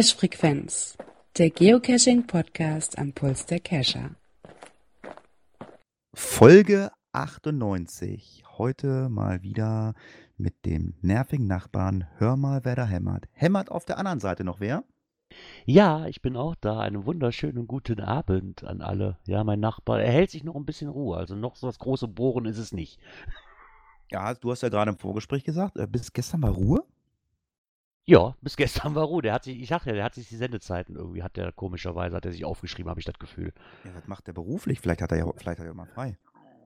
Cache-Frequenz, der Geocaching-Podcast am Puls der Cacher. Folge 98. Heute mal wieder mit dem nervigen Nachbarn. Hör mal, wer da hämmert. Hämmert auf der anderen Seite noch wer? Ja, ich bin auch da. Einen wunderschönen guten Abend an alle. Ja, mein Nachbar, er hält sich noch ein bisschen Ruhe. Also noch so das große Bohren ist es nicht. Ja, du hast ja gerade im Vorgespräch gesagt, bis gestern war Ruhe. Ja, bis gestern war Ruhe. Ich sag ja, der hat sich die Sendezeiten irgendwie, komischerweise, hat er sich aufgeschrieben, habe ich das Gefühl. Ja, was macht der beruflich? Vielleicht hat er ja mal frei.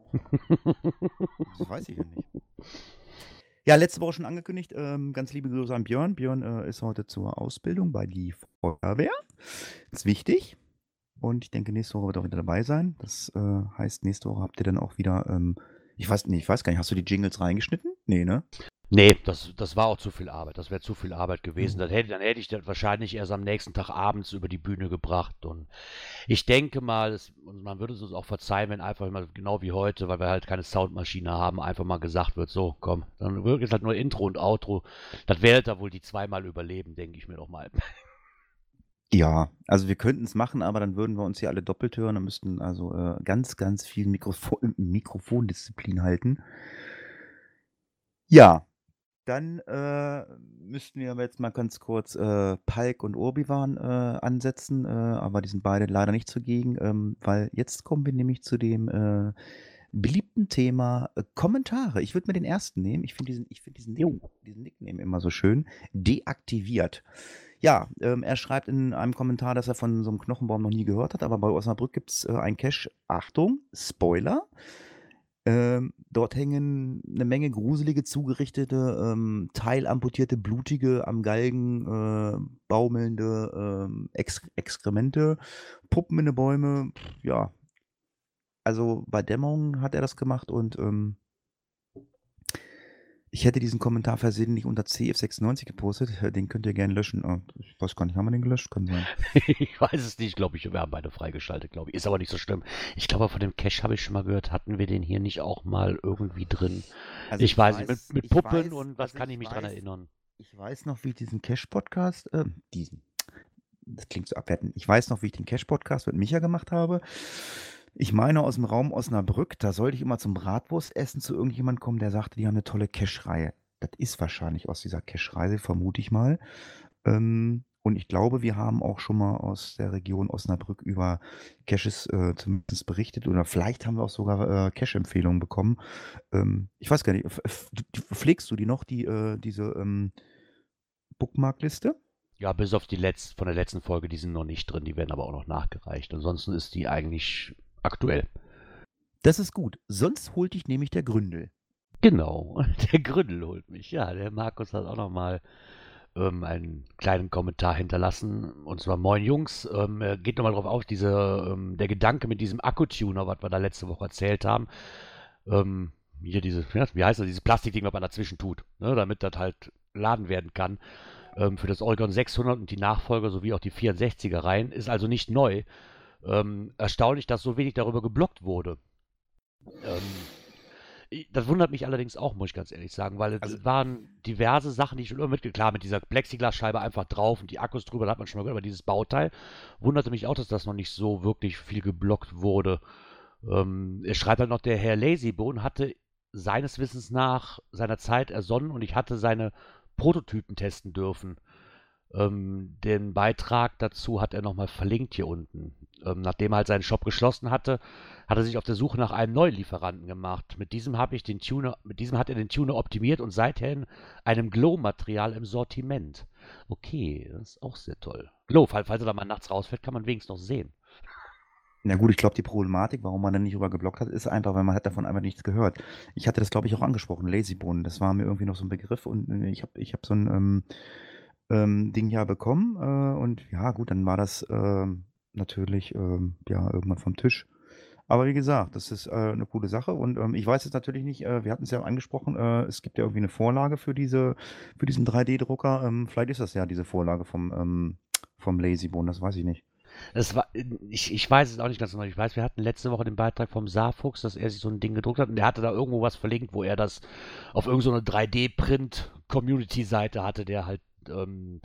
Das weiß ich ja nicht. Ja, letzte Woche schon angekündigt, ganz liebe Grüße an Björn. Björn ist heute zur Ausbildung bei die Feuerwehr. Das ist wichtig. Und ich denke, nächste Woche wird er auch wieder dabei sein. Das heißt, nächste Woche habt ihr dann auch wieder, ich weiß gar nicht, hast du die Jingles reingeschnitten? Nee, ne? Nee, das war auch zu viel Arbeit. Das wäre zu viel Arbeit gewesen. Dann hätte ich das wahrscheinlich erst am nächsten Tag abends über die Bühne gebracht. Und ich denke mal, und man würde es uns auch verzeihen, wenn einfach mal genau wie heute, weil wir halt keine Soundmaschine haben, einfach mal gesagt wird, so, komm, dann wird jetzt halt nur Intro und Outro. Das werdet ihr wohl die zweimal überleben, denke ich mir doch mal. Ja, also wir könnten es machen, aber dann würden wir uns hier alle doppelt hören und müssten also ganz, ganz viel Mikrofondisziplin halten. Ja, dann müssten wir jetzt mal ganz kurz Palk und Urbiwan ansetzen, aber die sind beide leider nicht zugegen, weil jetzt kommen wir nämlich zu dem beliebten Thema Kommentare. Ich würde mir den ersten nehmen. Ich finde diesen Nickname immer so schön. Deaktiviert. Ja, er schreibt in einem Kommentar, dass er von so einem Knochenbaum noch nie gehört hat, aber bei Osnabrück gibt es einen Cache. Achtung, Spoiler. Dort hängen eine Menge gruselige, zugerichtete, teilamputierte, blutige, am Galgen baumelnde Exkremente, Puppen in den Bäume. Ja, also bei Dämmerung hat er das gemacht und ich hätte diesen Kommentar versehentlich unter CF96 gepostet. Den könnt ihr gerne löschen. Ich weiß gar nicht, haben wir den gelöscht? Kann sein. Ich weiß es nicht, glaube ich. Wir haben beide freigeschaltet, glaube ich. Ist aber nicht so schlimm. Ich glaube, von dem Cache habe ich schon mal gehört. Hatten wir den hier nicht auch mal irgendwie drin? Also ich weiß nicht, mit Puppen und was kann ich mich dran erinnern? Ich weiß noch, wie ich diesen Cache-Podcast, das klingt so abwertend. Ich weiß noch, wie ich den Cache-Podcast mit Micha gemacht habe. Ich meine aus dem Raum Osnabrück, da sollte ich immer zum Bratwurstessen zu irgendjemandem kommen, der sagte, die haben eine tolle Cache-Reihe. Das ist wahrscheinlich aus dieser Cache-Reise, vermute ich mal. Und ich glaube, wir haben auch schon mal aus der Region Osnabrück über Caches zumindest berichtet oder vielleicht haben wir auch sogar Cache-Empfehlungen bekommen. Ich weiß gar nicht, pflegst du die noch, diese Bookmark-Liste? Ja, bis auf von der letzten Folge, die sind noch nicht drin, die werden aber auch noch nachgereicht. Ansonsten ist die eigentlich aktuell. Das ist gut. Sonst holt dich nämlich der Gründel. Genau, der Gründel holt mich. Ja, der Markus hat auch noch mal einen kleinen Kommentar hinterlassen. Und zwar, moin Jungs, geht nochmal drauf auf, der Gedanke mit diesem Akkutuner, was wir da letzte Woche erzählt haben. Hier wie heißt das, dieses Plastikding, was man dazwischen tut, ne, damit das halt laden werden kann. Für das Oregon 600 und die Nachfolger sowie auch die 64er Reihen, ist also nicht neu. Erstaunlich, dass so wenig darüber geblockt wurde. Das wundert mich allerdings auch, muss ich ganz ehrlich sagen, weil es waren diverse Sachen, die ich schon immer mitgekriegt habe, mit dieser Plexiglasscheibe einfach drauf und die Akkus drüber, da hat man schon mal gehört, aber dieses Bauteil wunderte mich auch, dass das noch nicht so wirklich viel geblockt wurde. Er schreibt halt noch, der Herr Lazybone hatte seines Wissens nach seiner Zeit ersonnen und ich hatte seine Prototypen testen dürfen. Den Beitrag dazu hat er nochmal verlinkt hier unten. Nachdem er halt seinen Shop geschlossen hatte, hat er sich auf der Suche nach einem neuen Lieferanten gemacht. Mit diesem hat er den Tuner optimiert und seither einem Glow-Material im Sortiment. Okay, das ist auch sehr toll. Glow, falls er da mal nachts rausfällt, kann man wenigstens noch sehen. Na gut, ich glaube, die Problematik, warum man dann nicht drüber geblockt hat, ist einfach, weil man hat davon einfach nichts gehört. Ich hatte das, glaube ich, auch angesprochen, Lazybone. Das war mir irgendwie noch so ein Begriff und ich hab so ein Ding ja bekommen und ja gut, dann war das natürlich ja irgendwann vom Tisch. Aber wie gesagt, das ist eine coole Sache und ich weiß jetzt natürlich nicht, wir hatten es ja angesprochen, es gibt ja irgendwie eine Vorlage für diesen 3D-Drucker. Vielleicht ist das ja diese Vorlage vom Lazybone, das weiß ich nicht. Ich weiß es auch nicht ganz genau. Ich weiß, wir hatten letzte Woche den Beitrag vom Saarfuchs, dass er sich so ein Ding gedruckt hat und der hatte da irgendwo was verlinkt, wo er das auf irgendeine 3D-Print-Community-Seite hatte, der halt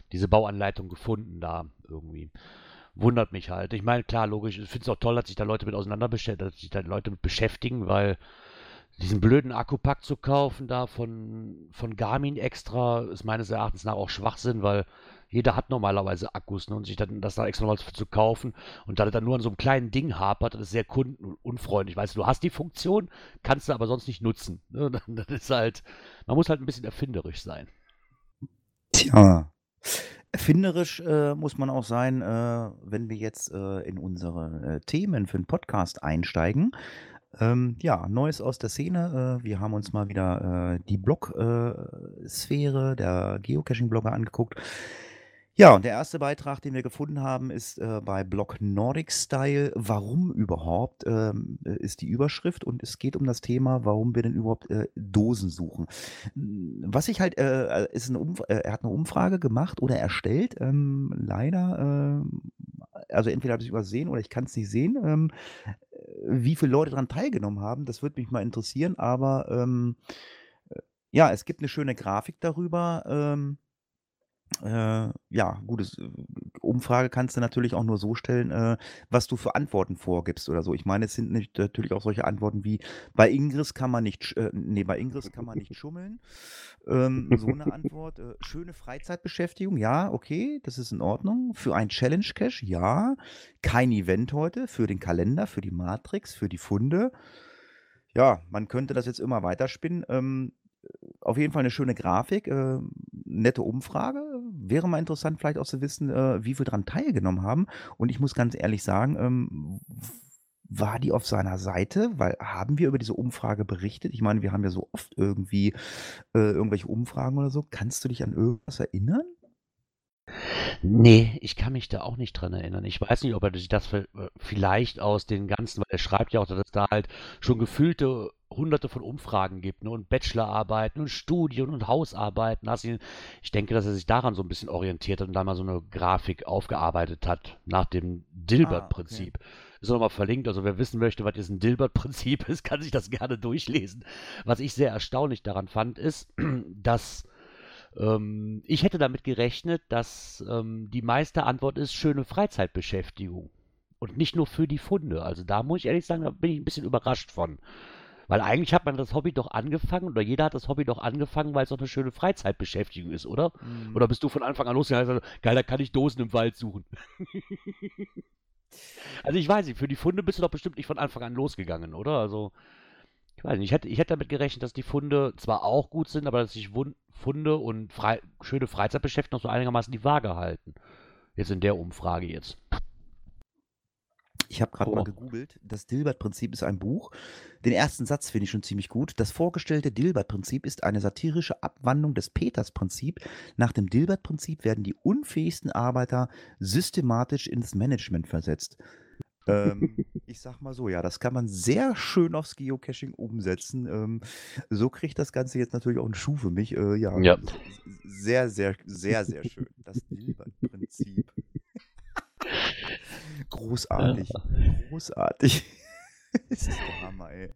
diese Bauanleitung gefunden da irgendwie. Wundert mich halt. Ich meine, klar, logisch, ich finde es auch toll, dass sich da Leute mit dass sich da Leute mit beschäftigen, weil diesen blöden Akkupack zu kaufen da von Garmin extra ist meines Erachtens nach auch Schwachsinn, weil jeder hat normalerweise Akkus, ne, und sich dann das da extra nochmal zu kaufen und da das dann nur an so einem kleinen Ding hapert, das ist sehr kundenunfreundlich. Weißt du, du hast die Funktion, kannst du aber sonst nicht nutzen. Ne? Das ist halt, man muss halt ein bisschen erfinderisch sein. Tja, erfinderisch muss man auch sein, wenn wir jetzt in unsere Themen für den Podcast einsteigen. Ja, Neues aus der Szene. Wir haben uns mal wieder die Blog-Sphäre der Geocaching-Blogger angeguckt. Ja, und der erste Beitrag, den wir gefunden haben, ist bei Blog Nordic Style. Warum überhaupt, ist die Überschrift, und es geht um das Thema, warum wir denn überhaupt Dosen suchen. Was ich halt, ist er hat eine Umfrage gemacht oder erstellt. Leider, also entweder habe ich es übersehen oder ich kann es nicht sehen. Wie viele Leute daran teilgenommen haben, das würde mich mal interessieren, aber ja, es gibt eine schöne Grafik darüber. Ja, gutes Umfrage kannst du natürlich auch nur so stellen, was du für Antworten vorgibst oder so. Ich meine, es sind natürlich auch solche Antworten wie: „Bei Ingress kann man nicht bei Ingress kann man nicht schummeln." So eine Antwort. „Schöne Freizeitbeschäftigung, ja, okay, das ist in Ordnung. Für ein Challenge Cache, ja. Kein Event heute, für den Kalender, für die Matrix, für die Funde." Ja, man könnte das jetzt immer weiterspinnen. Auf jeden Fall eine schöne Grafik, nette Umfrage. Wäre mal interessant, vielleicht auch zu wissen, wie viel dran teilgenommen haben. Und ich muss ganz ehrlich sagen, war die auf seiner Seite? Weil haben wir über diese Umfrage berichtet? Ich meine, wir haben ja so oft irgendwie irgendwelche Umfragen oder so. Kannst du dich an irgendwas erinnern? Nee, ich kann mich da auch nicht dran erinnern. Ich weiß nicht, ob er sich das vielleicht aus den ganzen, weil er schreibt ja auch, dass es da halt schon gefüllte Hunderte von Umfragen gibt, ne? Und Bachelorarbeiten und Studien und Hausarbeiten. Ich denke, dass er sich daran so ein bisschen orientiert hat und da mal so eine Grafik aufgearbeitet hat nach dem Okay. Dilbert-Prinzip. Ist auch nochmal verlinkt. Also wer wissen möchte, was jetzt ein Dilbert-Prinzip ist, kann sich das gerne durchlesen. Was ich sehr erstaunlich daran fand, ist, dass ich hätte damit gerechnet, dass die meiste Antwort ist schöne Freizeitbeschäftigung und nicht nur für die Funde. Also da muss ich ehrlich sagen, da bin ich ein bisschen überrascht von. Weil eigentlich hat man das Hobby doch angefangen, oder jeder hat das Hobby doch angefangen, weil es doch eine schöne Freizeitbeschäftigung ist, oder? Oder bist du von Anfang an losgegangen und gesagt, geil, da kann ich Dosen im Wald suchen. Also ich weiß nicht, für die Funde bist du doch bestimmt nicht von Anfang an losgegangen, oder? Also ich weiß nicht, ich hätte damit gerechnet, dass die Funde zwar auch gut sind, aber dass sich Funde und schöne Freizeitbeschäftigung noch so einigermaßen die Waage halten. Jetzt in der Umfrage jetzt. Ich habe gerade mal Oh. gegoogelt. Das Dilbert-Prinzip ist ein Buch. Den ersten Satz finde ich schon ziemlich gut. Das vorgestellte Dilbert-Prinzip ist eine satirische Abwandlung des Peters-Prinzip. Nach dem Dilbert-Prinzip werden die unfähigsten Arbeiter systematisch ins Management versetzt. Ich sag mal so, ja, das kann man sehr schön aufs Geocaching umsetzen. So kriegt das Ganze jetzt natürlich auch einen Schuh für mich. Ja, Ja. sehr, sehr, sehr, sehr schön. Das Dilbert-Prinzip. Großartig. Großartig. Das ist der Hammer, ey.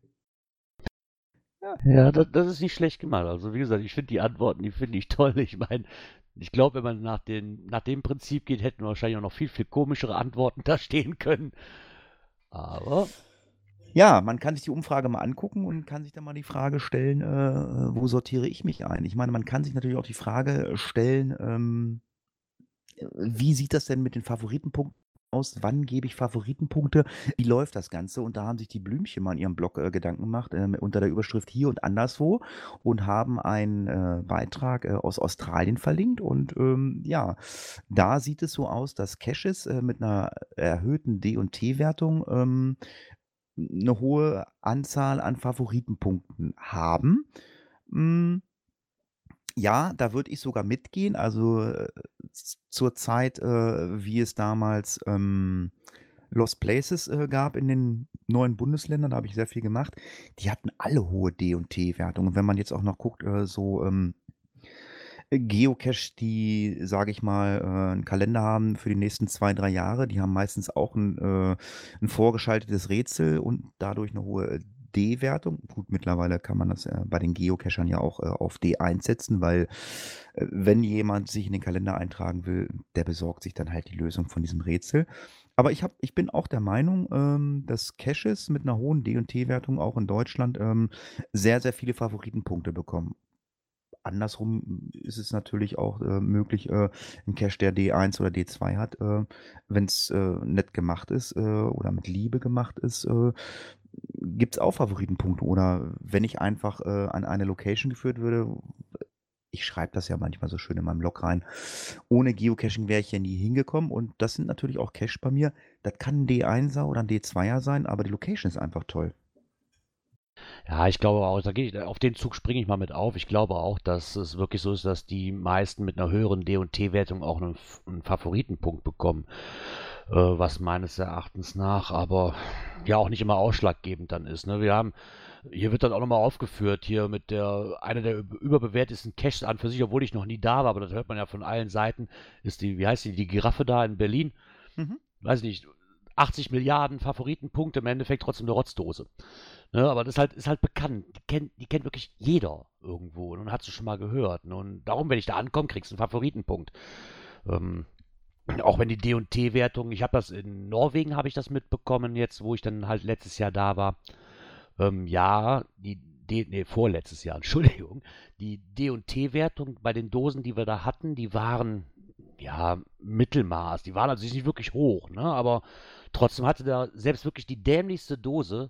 Ja, das ist nicht schlecht gemacht. Also wie gesagt, ich finde die Antworten, die finde ich toll. Ich meine, ich glaube, wenn man nach dem Prinzip geht, hätten wir wahrscheinlich auch noch viel, viel komischere Antworten da stehen können. Aber Ja, man kann sich die Umfrage mal angucken und kann sich dann mal die Frage stellen, wo sortiere ich mich ein? Ich meine, man kann sich natürlich auch die Frage stellen, wie sieht das denn mit den Favoritenpunkten aus? Wann gebe ich Favoritenpunkte? Wie läuft das Ganze? Und da haben sich die Blümchen mal in ihrem Blog Gedanken gemacht, unter der Überschrift Hier und anderswo, und haben einen Beitrag aus Australien verlinkt. Und ja, da sieht es so aus, dass Caches mit einer erhöhten D&T-Wertung eine hohe Anzahl an Favoritenpunkten haben. Ja, da würde ich sogar mitgehen. Also zur Zeit, wie es damals Lost Places gab in den neuen Bundesländern, da habe ich sehr viel gemacht. Die hatten alle hohe D&T-Wertungen. Und wenn man jetzt auch noch guckt, so Geocache, die, sage ich mal, einen Kalender haben für die nächsten 2, 3 Jahre, die haben meistens auch ein vorgeschaltetes Rätsel und dadurch eine hohe D-Wertung. Gut, mittlerweile kann man das bei den Geocachern ja auch auf D1 setzen, weil wenn jemand sich in den Kalender eintragen will, der besorgt sich dann halt die Lösung von diesem Rätsel. Aber ich bin auch der Meinung, dass Caches mit einer hohen D- und T-Wertung auch in Deutschland sehr, sehr viele Favoritenpunkte bekommen. Andersrum ist es natürlich auch möglich, 'n Cache, der D1 oder D2 hat, wenn's nett gemacht ist oder mit Liebe gemacht ist, gibt's auch Favoritenpunkte. Oder wenn ich einfach an eine Location geführt würde, ich schreibe das ja manchmal so schön in meinem Blog rein, ohne Geocaching wäre ich ja nie hingekommen, und das sind natürlich auch Caches bei mir. Das kann 'n D1er oder 'n D2er sein, aber die Location ist einfach toll. Ja, ich glaube auch, auf den Zug springe ich mal mit auf. Ich glaube auch, dass es wirklich so ist, dass die meisten mit einer höheren D- und T-Wertung auch einen Favoritenpunkt bekommen, was meines Erachtens nach aber ja auch nicht immer ausschlaggebend dann ist. Ne? Hier wird dann auch nochmal aufgeführt, hier mit einer der überbewertesten Caches an für sich, obwohl ich noch nie da war, aber das hört man ja von allen Seiten, ist wie heißt die Giraffe da in Berlin? Mhm. Weiß nicht, 80 Milliarden Favoritenpunkte, im Endeffekt trotzdem eine Rotzdose. Ne, aber das ist halt bekannt. Die kennt wirklich jeder irgendwo und hat sie schon mal gehört. Ne? Und darum, wenn ich da ankomme, kriegst du einen Favoritenpunkt. Ähm, auch wenn die D&T-Wertung, in Norwegen habe ich das mitbekommen jetzt, wo ich dann halt letztes Jahr da war. Ja, vorletztes Jahr, Entschuldigung. Die D&T-Wertung bei den Dosen, die wir da hatten, die waren ja Mittelmaß. Die waren also nicht wirklich hoch, ne? Aber trotzdem hatte da selbst wirklich die dämlichste Dose,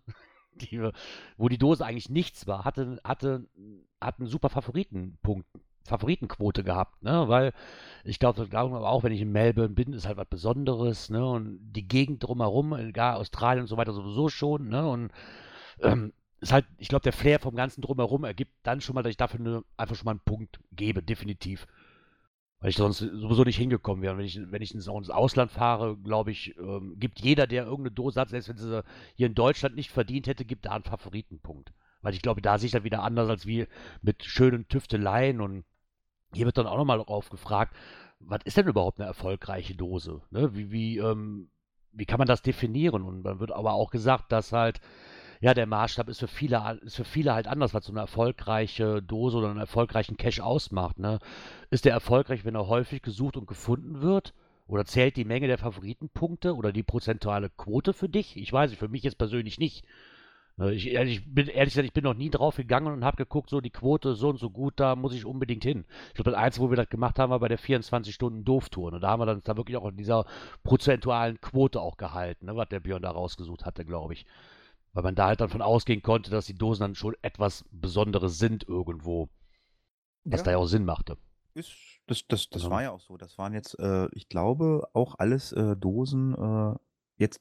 wo die Dose eigentlich nichts war, hat einen super Favoritenquote gehabt, ne? Weil ich glaube, auch wenn ich in Melbourne bin, ist halt was Besonderes, ne? Und die Gegend drumherum, egal Australien und so weiter, sowieso schon, ne? Und ist halt, ich glaube, der Flair vom Ganzen drumherum ergibt dann schon mal, dass ich dafür einfach schon mal einen Punkt gebe, definitiv. Weil ich sonst sowieso nicht hingekommen wäre. Und wenn ich ins Ausland fahre, glaube ich, gibt jeder, der irgendeine Dose hat, selbst wenn sie hier in Deutschland nicht verdient hätte, gibt da einen Favoritenpunkt. Weil ich glaube, da sehe ich dann wieder anders als wie mit schönen Tüfteleien. Und hier wird dann auch nochmal drauf gefragt, was ist denn überhaupt eine erfolgreiche Dose? Ne? Wie kann man das definieren? Und dann wird aber auch gesagt, dass halt ja, der Maßstab ist für viele halt anders, was so eine erfolgreiche Dose oder einen erfolgreichen Cache ausmacht, ne? Ist der erfolgreich, wenn er häufig gesucht und gefunden wird? Oder zählt die Menge der Favoritenpunkte oder die prozentuale Quote für dich? Ich weiß nicht, für mich jetzt persönlich nicht. Ich bin ehrlich gesagt, ich bin noch nie drauf gegangen und habe geguckt, so die Quote ist so und so gut, da muss ich unbedingt hin. Ich glaube, das Einzige, wo wir das gemacht haben, war bei der 24-Stunden-Doof-Tour. Und da haben wir dann da wirklich auch in dieser prozentualen Quote auch gehalten, ne, was der Björn da rausgesucht hatte, glaube ich. Weil man da halt dann von ausgehen konnte, dass die Dosen dann schon etwas Besonderes sind irgendwo. Was da ja Ja, auch Sinn machte. das Ne? war ja auch so. Das waren jetzt, ich glaube, auch alles Dosen. Jetzt,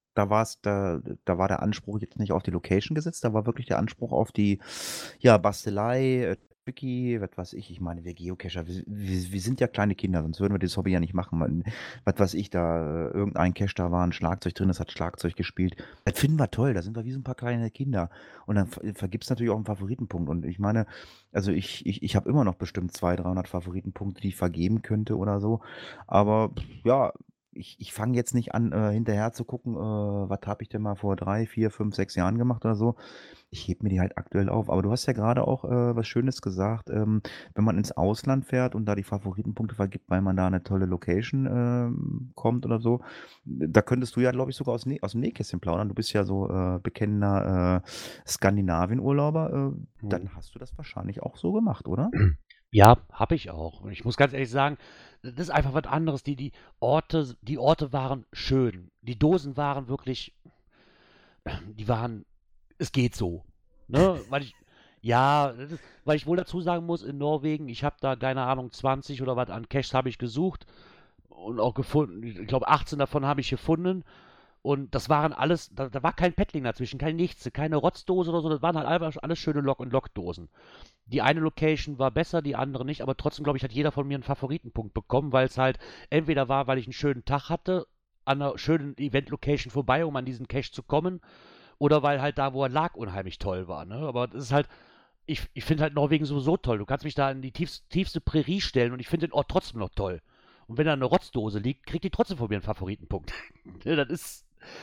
da war der Anspruch jetzt nicht auf die Location gesetzt, da war wirklich der Anspruch auf die, ja, Bastelei, Tricky, was weiß ich. Ich meine, wir Geocacher, wir sind ja kleine Kinder, sonst würden wir das Hobby ja nicht machen. Was weiß ich, da irgendein Cache, da war ein Schlagzeug drin, das hat Schlagzeug gespielt. Das finden wir toll, da sind wir wie so ein paar kleine Kinder. Und dann vergibt's natürlich auch einen Favoritenpunkt. Und ich meine, also ich habe immer noch bestimmt 200, 300 Favoritenpunkte, die ich vergeben könnte oder so. Aber ja, ich fange jetzt nicht an, hinterher zu gucken, was habe ich denn mal vor 3, 4, 5, 6 Jahren gemacht oder so. Ich hebe mir die halt aktuell auf. Aber du hast ja gerade auch was Schönes gesagt, wenn man ins Ausland fährt und da die Favoritenpunkte vergibt, weil man da eine tolle Location kommt oder so. Da könntest du ja, glaube ich, sogar aus dem Nähkästchen plaudern. Du bist ja so bekennender Skandinavien-Urlauber. Mhm. Dann hast du das wahrscheinlich auch so gemacht, oder? Ja, habe ich auch. Und ich muss ganz ehrlich sagen, das ist einfach was anderes. Die Orte waren schön. Die Dosen waren wirklich, die waren, es geht so. Ne? Ja, weil ich wohl dazu sagen muss, in Norwegen, ich habe da, keine Ahnung, 20 oder was an Caches habe ich gesucht und auch gefunden. Ich glaube, 18 davon habe ich gefunden. Und das waren alles, da war kein Paddling dazwischen, kein Nichts, keine Rotzdose oder so, das waren halt einfach alles schöne Lock- und Lockdosen. Die eine Location war besser, die andere nicht, aber trotzdem, glaube ich, hat jeder von mir einen Favoritenpunkt bekommen, weil es halt entweder war, weil ich einen schönen Tag hatte, an einer schönen Event-Location vorbei, um an diesen Cache zu kommen, oder weil halt da, wo er lag, unheimlich toll war. Ne? Aber das ist halt, ich finde halt Norwegen sowieso toll. Du kannst mich da in die tiefste Prärie stellen und ich finde den Ort trotzdem noch toll. Und wenn da eine Rotzdose liegt, kriegt die trotzdem von mir einen Favoritenpunkt. Das ist.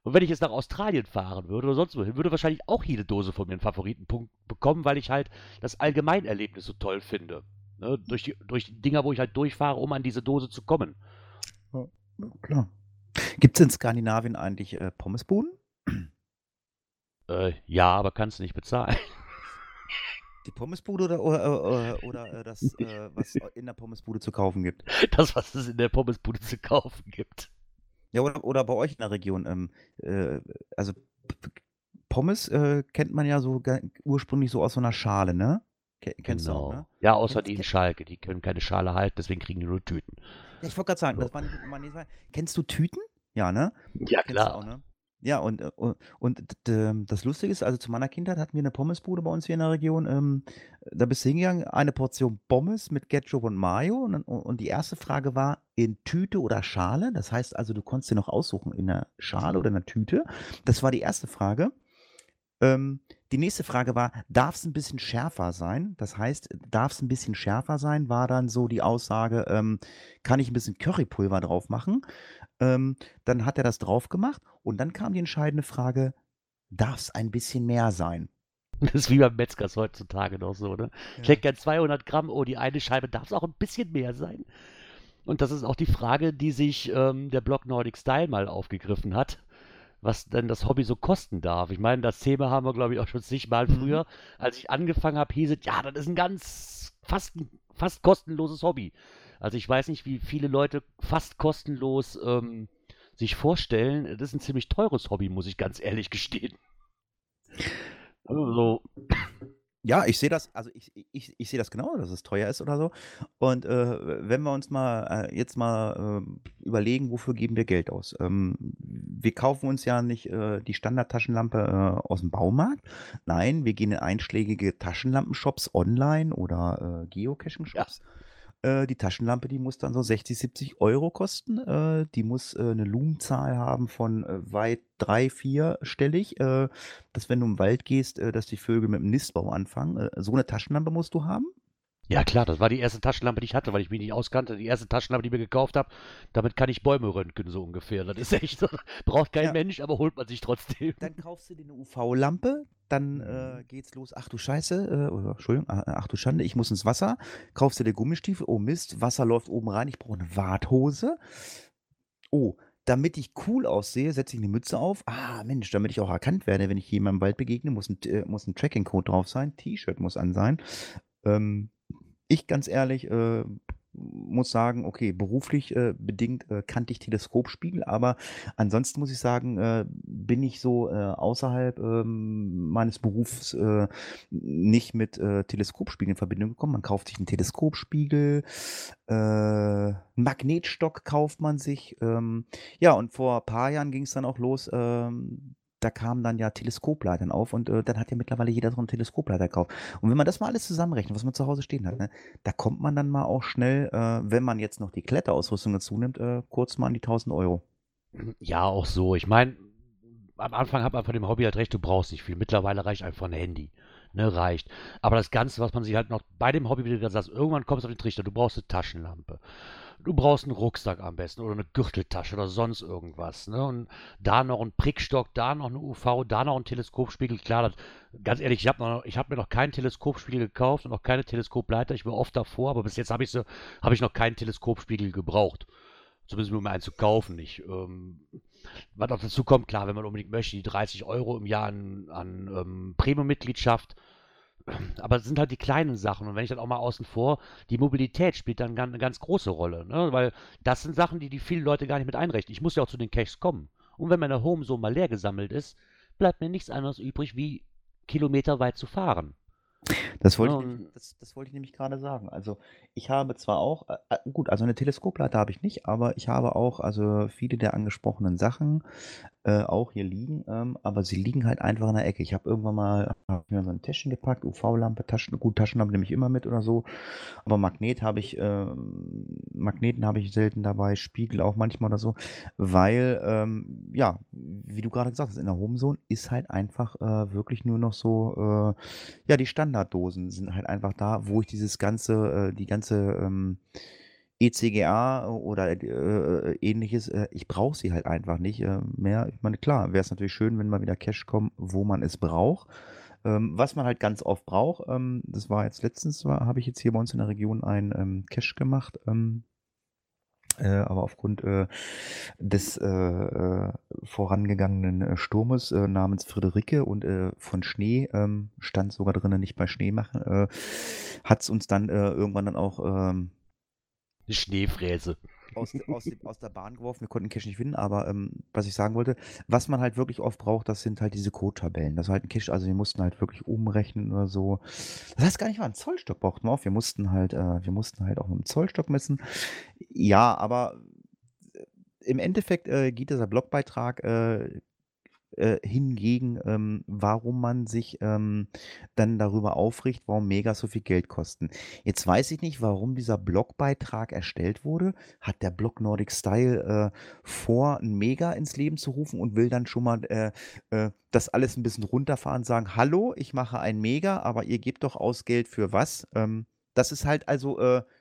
Und wenn ich jetzt nach Australien fahren würde oder sonst wohin, würde wahrscheinlich auch jede Dose von mir einen Favoritenpunkt bekommen, weil ich halt das Allgemeinerlebnis so toll finde. Ne? Durch die Dinger, wo ich halt durchfahre, um an diese Dose zu kommen. Ja, klar. Gibt es in Skandinavien eigentlich Pommesbuden? Ja, aber kannst du nicht bezahlen. Die Pommesbude oder das, was in der Pommesbude zu kaufen gibt? Das, was es in der Pommesbude zu kaufen gibt. Ja, oder bei euch in der Region. Also Pommes kennt man ja so ursprünglich so aus so einer Schale, ne? Kennst du auch, ne? Genau. Ja, außer Kennst, die in kenn, Schalke, die können keine Schale halten, deswegen kriegen die nur Tüten. ja, ich wollte gerade sagen, So. das war nicht meine Frage. Kennst du Tüten? Ja, ne? Ja, Kennst du klar. auch, ne? Ja, das Lustige ist, also zu meiner Kindheit hatten wir eine Pommesbude bei uns hier in der Region. Da bist du hingegangen, eine Portion Pommes mit Ketchup und Mayo. Und die erste Frage war, in Tüte oder Schale? Das heißt also, du konntest dir noch aussuchen, in einer Schale oder in einer Tüte. Das war die erste Frage. Die nächste Frage war, darf es ein bisschen schärfer sein? Das heißt, darf es ein bisschen schärfer sein, war dann so die Aussage, kann ich ein bisschen Currypulver drauf machen? Dann hat er das drauf gemacht und dann kam die entscheidende Frage, darf es ein bisschen mehr sein? Das ist wie beim Metzgers heutzutage noch so, ne? Ich Ja. hätte gern 200 Gramm, oh, die eine Scheibe darf es auch ein bisschen mehr sein. Und das ist auch die Frage, die sich der Blog Nordic Style mal aufgegriffen hat, was denn das Hobby so kosten darf. Ich meine, das Thema haben wir, glaube ich, auch schon zigmal Mhm. früher. Als ich angefangen habe, hieß es, ja, das ist ein fast kostenloses Hobby. Also ich weiß nicht, wie viele Leute fast kostenlos sich vorstellen. Das ist ein ziemlich teures Hobby, muss ich ganz ehrlich gestehen. Also, Ja, ich sehe das, also ich sehe das genau, dass es teuer ist oder so. Und wenn wir uns mal jetzt mal überlegen, wofür geben wir Geld aus? Wir kaufen uns ja nicht die Standard-Taschenlampe aus dem Baumarkt. Nein, wir gehen in einschlägige Taschenlampenshops online oder ja, Geocaching-Shops. Die Taschenlampe, die muss dann so 60, 70 Euro kosten. Die muss eine Lumenzahl haben von weit 3, 4-stellig, dass wenn du im Wald gehst, dass die Vögel mit dem Nistbau anfangen. So eine Taschenlampe musst du haben. ja klar, das war die erste Taschenlampe, die ich hatte, weil ich mich nicht auskannte. Die erste Taschenlampe, die ich mir gekauft habe, damit kann ich Bäume röntgen, so ungefähr. Das ist echt so, braucht kein Ja, Mensch, aber holt man sich trotzdem. dann kaufst du dir eine UV-Lampe, dann geht's los. Ach du Scheiße, oder Entschuldigung, ach du Schande, ich muss ins Wasser. Kaufst du dir Gummistiefel, oh Mist, Wasser läuft oben rein, ich brauche eine Warthose. Oh, damit ich cool aussehe, setze ich eine Mütze auf. Ah, Mensch, damit ich auch erkannt werde, wenn ich jemandem im Wald begegne, muss ein Tracking-Code drauf sein. T-Shirt muss an sein. Ähm, ich ganz ehrlich muss sagen, okay, beruflich bedingt kannte ich Teleskopspiegel, aber ansonsten muss ich sagen, bin ich so außerhalb meines Berufs nicht mit Teleskopspiegeln in Verbindung gekommen. Man kauft sich einen Teleskopspiegel, einen Magnetstock kauft man sich. Ja, und vor ein paar Jahren ging es dann auch los. Da kamen dann ja Teleskopleitern auf und dann hat ja mittlerweile jeder so einen Teleskopleiter gekauft. Und wenn man das mal alles zusammenrechnet, was man zu Hause stehen hat, ne, da kommt man dann mal auch schnell, wenn man jetzt noch die Kletterausrüstung dazu nimmt, kurz mal an die 1000 Euro. Ja, auch so. Ich meine, am Anfang hat man von dem Hobby halt recht, du brauchst nicht viel. Mittlerweile reicht einfach ein Handy. Ne, reicht. Aber das Ganze, was man sich halt noch bei dem Hobby, wie du gesagt hast, irgendwann kommst du auf den Trichter, du brauchst eine Taschenlampe. Du brauchst einen Rucksack am besten oder eine Gürteltasche oder sonst irgendwas. Ne? Und da noch ein Prickstock, da noch eine UV, da noch ein Teleskopspiegel. Klar, ganz ehrlich, ich hab mir noch keinen Teleskopspiegel gekauft und noch keine Teleskopleiter. Ich war oft davor, aber bis jetzt habe ich noch keinen Teleskopspiegel gebraucht. Zumindest nur um einen zu kaufen nicht. Was auch dazu kommt, klar, wenn man unbedingt möchte, die 30 Euro im Jahr an Premium-Mitgliedschaft. Aber es sind halt die kleinen Sachen. Und wenn ich dann auch mal außen vor, die Mobilität spielt dann eine ganz große Rolle. Ne? Weil das sind Sachen, die viele Leute gar nicht mit einrechnen. Ich muss ja auch zu den Caches kommen. Und wenn meine Home so mal leer gesammelt ist, bleibt mir nichts anderes übrig, wie kilometerweit zu fahren. Das Ne? wollte ich nämlich, das wollte ich nämlich gerade sagen. Also ich habe zwar auch, gut, also eine Teleskopleiter habe ich nicht, aber ich habe auch also viele der angesprochenen Sachen auch hier liegen, aber sie liegen halt einfach in der Ecke. Ich habe irgendwann mal hab mir so ein Täschchen gepackt, UV-Lampe, gut, Taschenlampe nehme ich immer mit oder so, aber Magneten habe ich selten dabei, Spiegel auch manchmal oder so, weil, ja, wie du gerade gesagt hast, in der Homezone ist halt einfach wirklich nur noch so, ja, die Standarddosen sind halt einfach da, wo ich die ganze ECGA oder ähnliches, ich brauche sie halt einfach nicht mehr. Ich meine, klar, wäre es natürlich schön, wenn mal wieder Cash kommen, wo man es braucht. Was man halt ganz oft braucht, das war jetzt letztens, habe ich jetzt hier bei uns in der Region einen Cache gemacht, aber aufgrund des vorangegangenen Sturmes namens Friederike und von Schnee, stand sogar drinnen, nicht bei Schnee machen, hat es uns dann irgendwann dann auch Eine Schneefräse. aus der Bahn geworfen. Wir konnten Cache nicht finden, aber was ich sagen wollte, was man halt wirklich oft braucht, das sind halt diese Code-Tabellen. Das war halt ein Cache, also wir mussten halt wirklich umrechnen oder so. Das heißt gar nicht mal, einen Zollstock brauchten wir auch. Wir mussten halt auch mit dem Zollstock messen. Ja, aber im Endeffekt geht dieser Blogbeitrag hingegen, warum man sich dann darüber aufregt, warum Megas so viel Geld kosten. Jetzt weiß ich nicht, warum dieser Blogbeitrag erstellt wurde. Hat der Blog Nordic Style vor, ein Mega ins Leben zu rufen und will dann schon mal das alles ein bisschen runterfahren, sagen, hallo, ich mache ein Mega, aber ihr gebt doch aus Geld für was? Das ist halt also,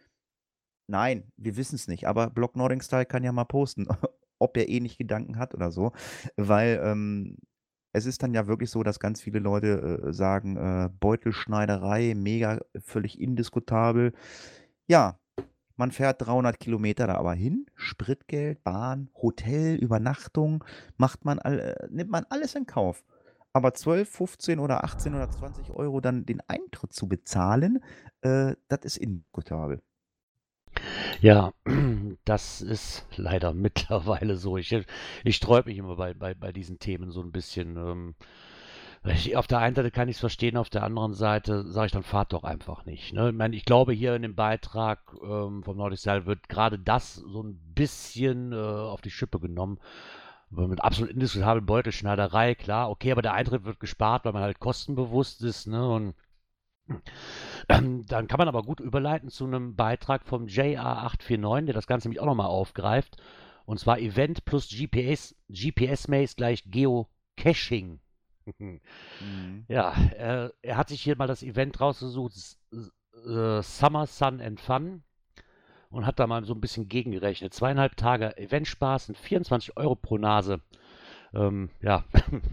nein, wir wissen es nicht, aber Blog Nordic Style kann ja mal posten, ob er ähnlich Gedanken hat oder so, weil es ist dann ja wirklich so, dass ganz viele Leute sagen, Beutelschneiderei, mega, völlig indiskutabel. Ja, man fährt 300 Kilometer da aber hin, Spritgeld, Bahn, Hotel, Übernachtung, nimmt man alles in Kauf. Aber 12, 15 oder 18 oder 20 Euro dann den Eintritt zu bezahlen, das ist indiskutabel. Ja, das ist leider mittlerweile so. Ich sträube mich immer bei diesen Themen so ein bisschen. Auf der einen Seite kann ich es verstehen, auf der anderen Seite sage ich dann, fahrt doch einfach nicht. Ne? Ich meine, ich glaube, hier in dem Beitrag vom Nordic Style wird gerade das so ein bisschen auf die Schippe genommen. Mit absolut indiskutablen Beutelschneiderei, klar, okay, aber der Eintritt wird gespart, weil man halt kostenbewusst ist, ne? Und dann kann man aber gut überleiten zu einem Beitrag vom JA849, der das Ganze nämlich auch nochmal aufgreift. Und zwar Event plus GPS-Maze gleich Geocaching. Ja, er hat sich hier mal das Event rausgesucht, Summer Sun and Fun, und hat da mal so ein bisschen gegengerechnet. 2,5 Tage Eventspaß und 24 Euro pro Nase. Ja,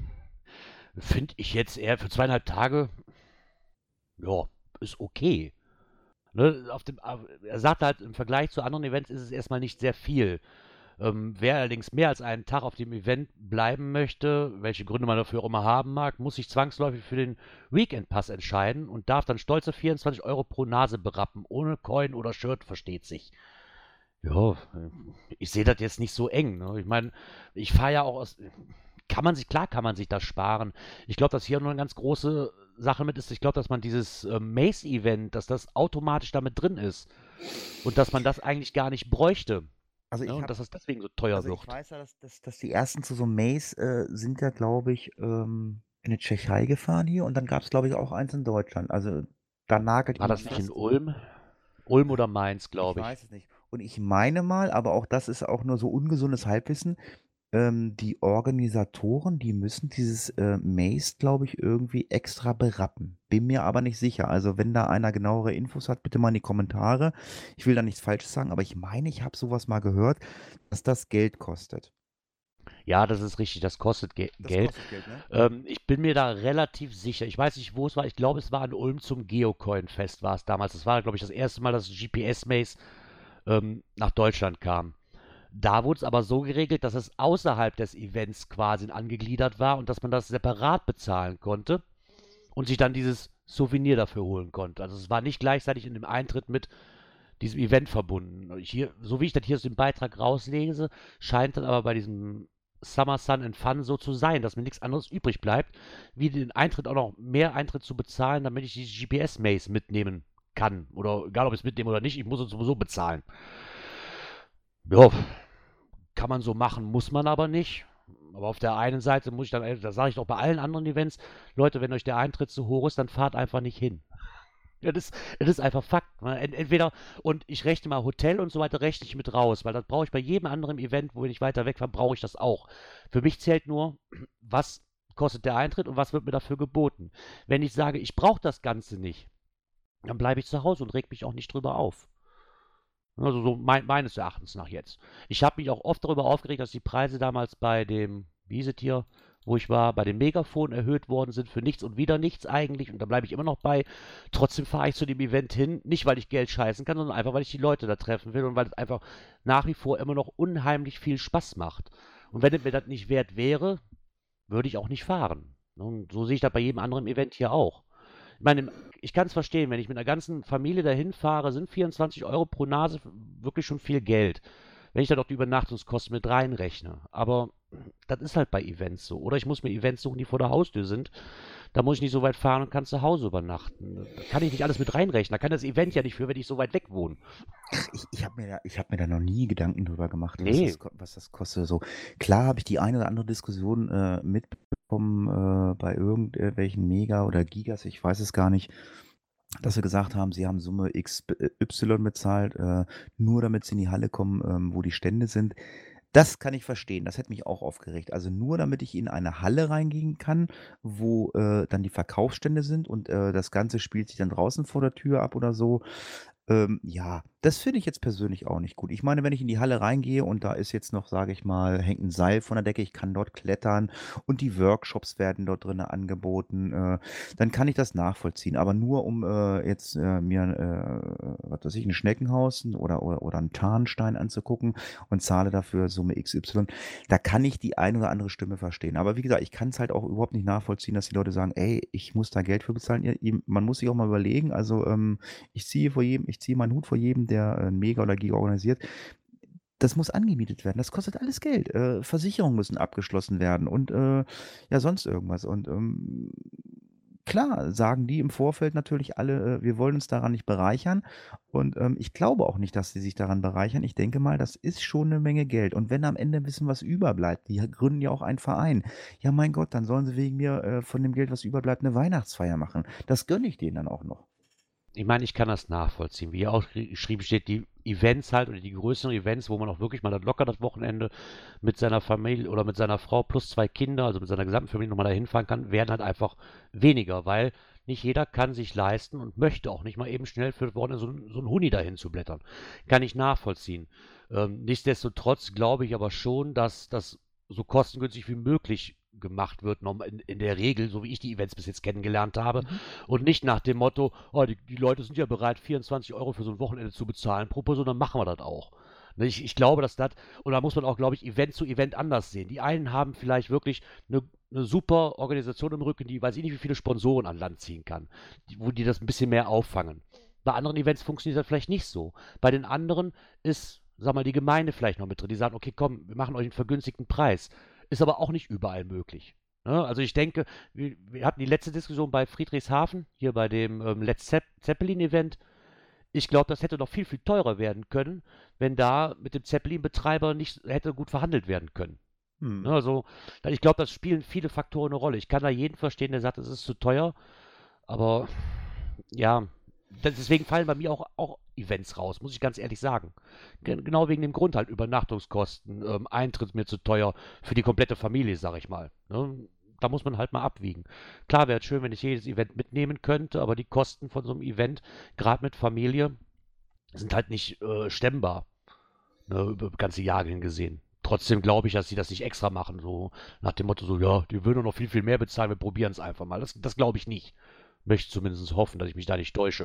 finde ich jetzt eher für 2,5 Tage, ja, ist okay. Ne, er sagt halt, im Vergleich zu anderen Events ist es erstmal nicht sehr viel. Wer allerdings mehr als einen Tag auf dem Event bleiben möchte, welche Gründe man dafür auch immer haben mag, muss sich zwangsläufig für den Weekend Pass entscheiden und darf dann stolze 24 Euro pro Nase berappen, ohne Coin oder Shirt, versteht sich. Ja, ich sehe das jetzt nicht so eng. Ne? Ich meine, ich fahre ja auch aus. Klar kann man sich das sparen. Ich glaube, dass hier nur eine ganz große Sache mit ist. Ich glaube, dass man dieses Maze-Event, dass das automatisch damit drin ist. Und dass man das eigentlich gar nicht bräuchte. Also Ne? ich Und dass habe, das deswegen so teuer also ich wird. weiß ja, dass die ersten zu so einem Maze sind ja, glaube ich, in die Tschechei gefahren hier und dann gab es, glaube ich, auch eins in Deutschland. Also da nagelt War ihn das nicht nicht in fest. Ulm? Ulm oder Mainz, Ich glaube ich. weiß es nicht. Und ich meine mal, aber auch das ist auch nur so ungesundes Halbwissen, die Organisatoren, die müssen dieses Maze, glaube ich, irgendwie extra berappen. Bin mir aber nicht sicher. Also wenn da einer genauere Infos hat, bitte mal in die Kommentare. Ich will da nichts Falsches sagen, aber ich meine, ich habe sowas mal gehört, dass das Geld kostet. Ja, das ist richtig, das kostet Das Geld. kostet Geld, ne? Ich bin mir da relativ sicher. Ich weiß nicht, wo es war. Ich glaube, es war in Ulm zum Geocoin-Fest war es damals. Das war, glaube ich, das erste Mal, dass GPS-Maze nach Deutschland kam. Da wurde es aber so geregelt, dass es außerhalb des Events quasi angegliedert war und dass man das separat bezahlen konnte und sich dann dieses Souvenir dafür holen konnte. Also es war nicht gleichzeitig in dem Eintritt mit diesem Event verbunden. Hier, so wie ich das hier aus dem Beitrag rauslese, scheint dann aber bei diesem Summer Sun and Fun so zu sein, dass mir nichts anderes übrig bleibt, wie den Eintritt auch noch mehr Eintritt zu bezahlen, damit ich die GPS-Maze mitnehmen kann. Oder egal, ob ich es mitnehme oder nicht, ich muss es sowieso bezahlen. Ja, kann man so machen, muss man aber nicht. Aber auf der einen Seite muss ich dann, das sage ich doch bei allen anderen Events, Leute, wenn euch der Eintritt zu hoch ist, dann fahrt einfach nicht hin. Das ist einfach Fakt. Ne? Entweder, und ich rechne mal Hotel und so weiter, rechne ich mit raus, weil das brauche ich bei jedem anderen Event, wo ich weiter weg fahre, brauche ich das auch. Für mich zählt nur, was kostet der Eintritt und was wird mir dafür geboten. Wenn ich sage, ich brauche das Ganze nicht, dann bleibe ich zu Hause und reg mich auch nicht drüber auf. Also so meines Erachtens nach jetzt. Ich habe mich auch oft darüber aufgeregt, dass die Preise damals bei dem, wie hieß es hier, wo ich war, bei dem Megafon erhöht worden sind für nichts und wieder nichts eigentlich. Und da bleibe ich immer noch bei. Trotzdem fahre ich zu dem Event hin, nicht weil ich Geld scheißen kann, sondern einfach, weil ich die Leute da treffen will und weil es einfach nach wie vor immer noch unheimlich viel Spaß macht. Und wenn es mir das nicht wert wäre, würde ich auch nicht fahren. Und so sehe ich das bei jedem anderen Event hier auch. Ich meine, ich kann es verstehen, wenn ich mit einer ganzen Familie dahin fahre, sind 24 Euro pro Nase wirklich schon viel Geld. Wenn ich da doch die Übernachtungskosten mit reinrechne. Aber das ist halt bei Events so. Oder ich muss mir Events suchen, die vor der Haustür sind. Da muss ich nicht so weit fahren und kann zu Hause übernachten. Da kann ich nicht alles mit reinrechnen. Da kann das Event ja nicht für, wenn ich so weit weg wohne. Ich hab mir da noch nie Gedanken drüber gemacht, Nee. was das kostet. So, klar habe ich die eine oder andere Diskussion mitbekommen bei irgendwelchen Mega oder Gigas, ich weiß es gar nicht, dass sie gesagt haben, sie haben Summe XY bezahlt, nur damit sie in die Halle kommen, wo die Stände sind. Das kann ich verstehen. Das hätte mich auch aufgeregt. Also nur damit ich in eine Halle reingehen kann, wo dann die Verkaufsstände sind und das Ganze spielt sich dann draußen vor der Tür ab oder so. Ja, das finde ich jetzt persönlich auch nicht gut. Ich meine, wenn ich in die Halle reingehe und da ist jetzt noch, sage ich mal, hängt ein Seil von der Decke, ich kann dort klettern und die Workshops werden dort drinnen angeboten, dann kann ich das nachvollziehen. Aber nur um jetzt mir, was weiß ich, ein Schneckenhaus oder einen Tarnstein anzugucken und zahle dafür Summe XY, da kann ich die eine oder andere Stimme verstehen. Aber wie gesagt, ich kann es halt auch überhaupt nicht nachvollziehen, dass die Leute sagen, ey, ich muss da Geld für bezahlen. Man muss sich auch mal überlegen, also ich ziehe meinen Hut vor jedem, der ein Mega oder Giga organisiert. Das muss angemietet werden. Das kostet alles Geld. Versicherungen müssen abgeschlossen werden und ja, sonst irgendwas. Und klar sagen die im Vorfeld natürlich alle, wir wollen uns daran nicht bereichern. Und ich glaube auch nicht, dass sie sich daran bereichern. Ich denke mal, das ist schon eine Menge Geld. Und wenn am Ende ein bisschen was überbleibt, die gründen ja auch einen Verein. Ja, mein Gott, dann sollen sie wegen mir von dem Geld, was überbleibt, eine Weihnachtsfeier machen. Das gönne ich denen dann auch noch. Ich meine, ich kann das nachvollziehen. Wie hier auch geschrieben steht, die Events halt oder die größeren Events, wo man auch wirklich mal locker das Wochenende mit seiner Familie oder mit seiner Frau plus 2 Kinder, also mit seiner gesamten Familie nochmal dahin fahren kann, werden halt einfach weniger, weil nicht jeder kann sich leisten und möchte auch nicht mal eben schnell für das Wochenende so ein Huni dahin zu blättern. Kann ich nachvollziehen. Nichtsdestotrotz glaube ich aber schon, dass das so kostengünstig wie möglich gemacht wird, in der Regel, so wie ich die Events bis jetzt kennengelernt habe. Und nicht nach dem Motto, oh, die Leute sind ja bereit, 24 Euro für so ein Wochenende zu bezahlen pro Person, dann machen wir das auch. Ne, ich glaube, dass das, und da muss man auch, glaube ich, Event zu Event anders sehen. Die einen haben vielleicht wirklich eine super Organisation im Rücken, die weiß ich nicht, wie viele Sponsoren an Land ziehen kann, wo die das ein bisschen mehr auffangen. Bei anderen Events funktioniert das vielleicht nicht so. Bei den anderen ist, sag mal, die Gemeinde vielleicht noch mit drin. Die sagen, okay, komm, wir machen euch einen vergünstigten Preis. Ist aber auch nicht überall möglich. Ne? Also ich denke, wir hatten die letzte Diskussion bei Friedrichshafen, hier bei dem Led Zeppelin-Event. Ich glaube, das hätte noch viel, viel teurer werden können, wenn da mit dem Zeppelin-Betreiber nicht hätte gut verhandelt werden können. Ne? Also ich glaube, das spielen viele Faktoren eine Rolle. Ich kann da jeden verstehen, der sagt, es ist zu teuer, aber ja, deswegen fallen bei mir auch Events raus, muss ich ganz ehrlich sagen. Genau wegen dem Grund halt, Übernachtungskosten, Eintritt mir zu teuer für die komplette Familie, sag ich mal. Ne? Da muss man halt mal abwiegen. Klar wäre es schön, wenn ich jedes Event mitnehmen könnte, aber die Kosten von so einem Event, gerade mit Familie, sind halt nicht stemmbar, ne, über ganze Jahre hingesehen. Trotzdem glaube ich, dass sie das nicht extra machen, so nach dem Motto, so, ja, die würden noch viel, viel mehr bezahlen, wir probieren es einfach mal. Das glaube ich nicht. Möchte zumindest hoffen, dass ich mich da nicht täusche.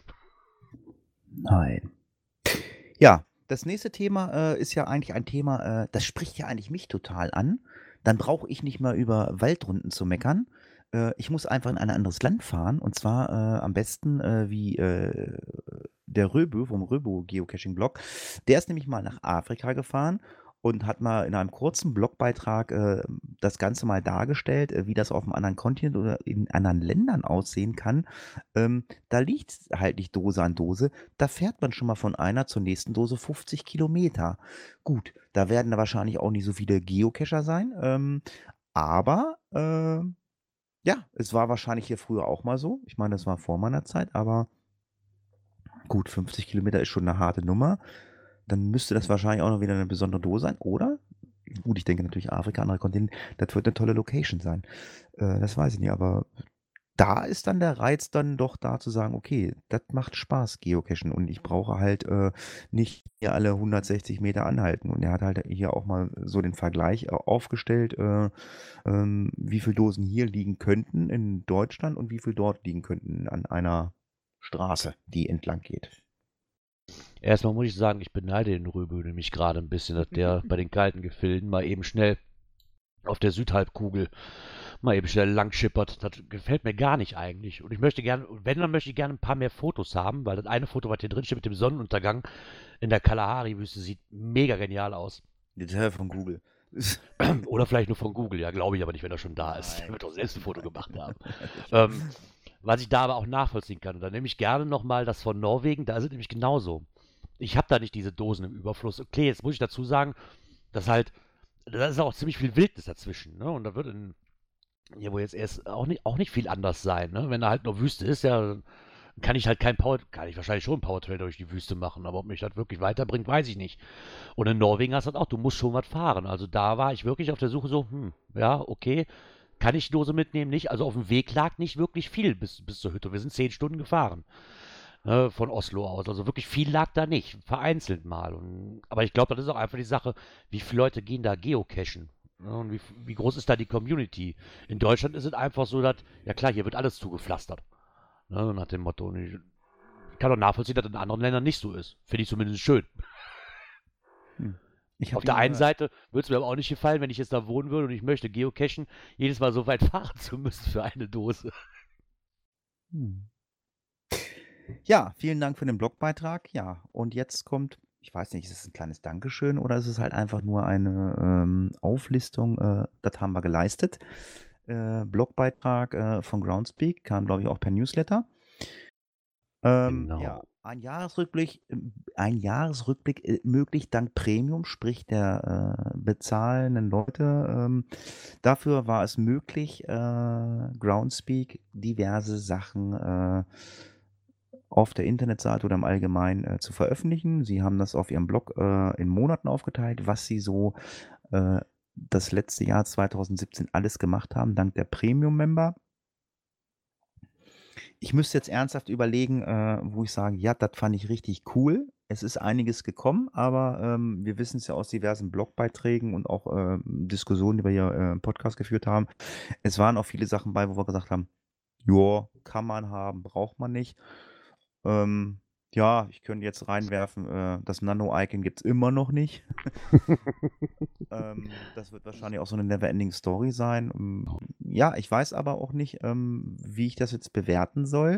Nein. Ja, das nächste Thema ist ja eigentlich ein Thema, das spricht ja eigentlich mich total an. Dann brauche ich nicht mal über Waldrunden zu meckern. Ich muss einfach in ein anderes Land fahren und zwar am besten wie der Röbu vom Röbu Geocaching-Blog. Der ist nämlich mal nach Afrika gefahren und hat mal in einem kurzen Blogbeitrag das Ganze mal dargestellt, wie das auf einem anderen Kontinent oder in anderen Ländern aussehen kann. Da liegt halt nicht Dose an Dose. Da fährt man schon mal von einer zur nächsten Dose 50 Kilometer. Gut, da werden da wahrscheinlich auch nicht so viele Geocacher sein. Aber ja, es war wahrscheinlich hier früher auch mal so. Ich meine, das war vor meiner Zeit, aber gut, 50 Kilometer ist schon eine harte Nummer. Dann müsste das wahrscheinlich auch noch wieder eine besondere Dose sein, oder? Gut, ich denke natürlich Afrika, andere Kontinente, das wird eine tolle Location sein. Das weiß ich nicht, aber da ist dann der Reiz dann doch da zu sagen, okay, das macht Spaß, Geocachen und ich brauche halt nicht hier alle 160 Meter anhalten. Und er hat halt hier auch mal so den Vergleich aufgestellt, wie viele Dosen hier liegen könnten in Deutschland und wie viel dort liegen könnten an einer Straße, die entlang geht. Erstmal muss ich sagen, ich beneide den Röbel nämlich gerade ein bisschen, dass der bei den kalten Gefilden mal eben schnell auf der Südhalbkugel mal eben schnell lang schippert. Das gefällt mir gar nicht eigentlich. Und ich möchte gerne, wenn, dann möchte ich gerne ein paar mehr Fotos haben, weil das eine Foto, was hier drin steht mit dem Sonnenuntergang in der Kalahari-Wüste, sieht mega genial aus. Detail von Google. Oder vielleicht nur von Google, ja, glaube ich aber nicht, wenn er schon da ist. Der wird doch selbst ein Foto gemacht haben. Was ich da aber auch nachvollziehen kann. Und dann nehme ich gerne nochmal das von Norwegen, da ist es nämlich genauso. Ich habe da nicht diese Dosen im Überfluss. Okay, jetzt muss ich dazu sagen, dass halt, da ist auch ziemlich viel Wildnis dazwischen, ne? Und da wird hier wo jetzt erst auch nicht viel anders sein, ne? Wenn da halt nur Wüste ist, ja, kann ich halt kann ich wahrscheinlich schon einen Powertrail durch die Wüste machen, aber ob mich das wirklich weiterbringt, weiß ich nicht. Und in Norwegen hast du das auch, du musst schon was fahren. Also da war ich wirklich auf der Suche so, ja, okay, kann ich die Dose mitnehmen? Nicht. Also auf dem Weg lag nicht wirklich viel bis zur Hütte. Wir sind 10 Stunden gefahren, ne, von Oslo aus. Also wirklich viel lag da nicht, vereinzelt mal. Aber ich glaube, das ist auch einfach die Sache, wie viele Leute gehen da geocachen? Ne, und wie groß ist da die Community? In Deutschland ist es einfach so, dass, ja klar, hier wird alles zugepflastert. Ne, nach dem Motto. Und ich kann auch nachvollziehen, dass das in anderen Ländern nicht so ist. Finde ich zumindest schön. Auf der einen Seite würde es mir aber auch nicht gefallen, wenn ich jetzt da wohnen würde und ich möchte geocachen, jedes Mal so weit fahren zu müssen für eine Dose. Ja, vielen Dank für den Blogbeitrag. Ja, und jetzt kommt, ich weiß nicht, ist es ein kleines Dankeschön oder ist es halt einfach nur eine Auflistung, das haben wir geleistet. Blogbeitrag von Groundspeak, kam, glaube ich, auch per Newsletter. Genau. Ja, ein Jahresrückblick möglich dank Premium, sprich der bezahlenden Leute. Dafür war es möglich, Groundspeak diverse Sachen auf der Internetseite oder im Allgemeinen zu veröffentlichen. Sie haben das auf ihrem Blog in Monaten aufgeteilt, was sie so das letzte Jahr 2017 alles gemacht haben, dank der Premium-Member. Ich müsste jetzt ernsthaft überlegen, wo ich sage, ja, das fand ich richtig cool. Es ist einiges gekommen, aber wir wissen es ja aus diversen Blogbeiträgen und auch Diskussionen, die wir hier im Podcast geführt haben. Es waren auch viele Sachen bei, wo wir gesagt haben, ja, kann man haben, braucht man nicht. Ja, ich könnte jetzt reinwerfen, das Nano-Icon gibt es immer noch nicht. Das wird wahrscheinlich auch so eine Never-Ending Story sein. Ja, ich weiß aber auch nicht, wie ich das jetzt bewerten soll.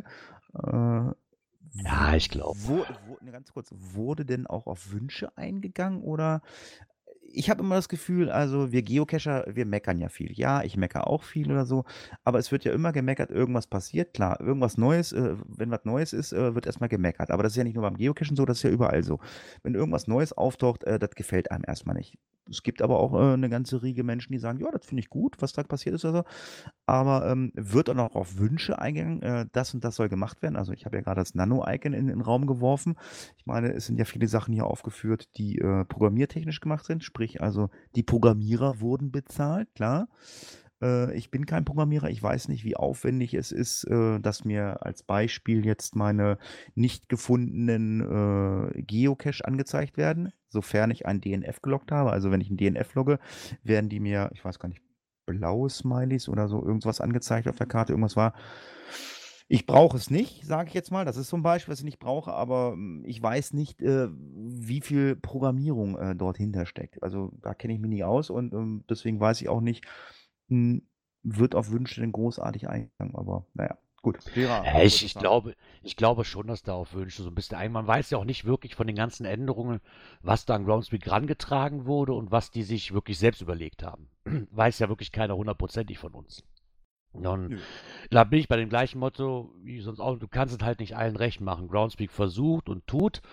Ja, ich glaube. Ganz kurz, wurde denn auch auf Wünsche eingegangen oder ich habe immer das Gefühl, also wir Geocacher, wir meckern ja viel. Ja, ich meckere auch viel oder so, aber es wird ja immer gemeckert, irgendwas passiert. Klar, irgendwas Neues, wenn was Neues ist, wird erstmal gemeckert. Aber das ist ja nicht nur beim Geocachen so, das ist ja überall so. Wenn irgendwas Neues auftaucht, das gefällt einem erstmal nicht. Es gibt aber auch eine ganze Riege Menschen, die sagen, ja, das finde ich gut, was da passiert ist oder so. Aber wird auch noch auf Wünsche eingegangen, das und das soll gemacht werden. Also ich habe ja gerade das Nano-Icon in den Raum geworfen. Ich meine, es sind ja viele Sachen hier aufgeführt, die programmiertechnisch gemacht sind. Sprich, also die Programmierer wurden bezahlt, klar. Ich bin kein Programmierer, ich weiß nicht, wie aufwendig es ist, dass mir als Beispiel jetzt meine nicht gefundenen Geocache angezeigt werden, sofern ich ein DNF geloggt habe. Also wenn ich ein DNF logge, werden die mir, ich weiß gar nicht, blaue Smileys oder so irgendwas angezeigt auf der Karte, irgendwas war. Ich brauche es nicht, sage ich jetzt mal. Das ist so ein Beispiel, was ich nicht brauche, aber ich weiß nicht, wie viel Programmierung dort hintersteckt. Also da kenne ich mich nicht aus und deswegen weiß ich auch nicht, wird auf Wünsche denn großartig eingegangen. Aber naja, gut. Ja, ich glaube schon, dass da auf Wünsche so ein bisschen man weiß ja auch nicht wirklich von den ganzen Änderungen, was da an Groundspeak rangetragen wurde und was die sich wirklich selbst überlegt haben. Weiß ja wirklich keiner hundertprozentig von uns. Und da bin ich bei dem gleichen Motto wie sonst auch, du kannst es halt nicht allen recht machen. Groundspeak versucht und tut,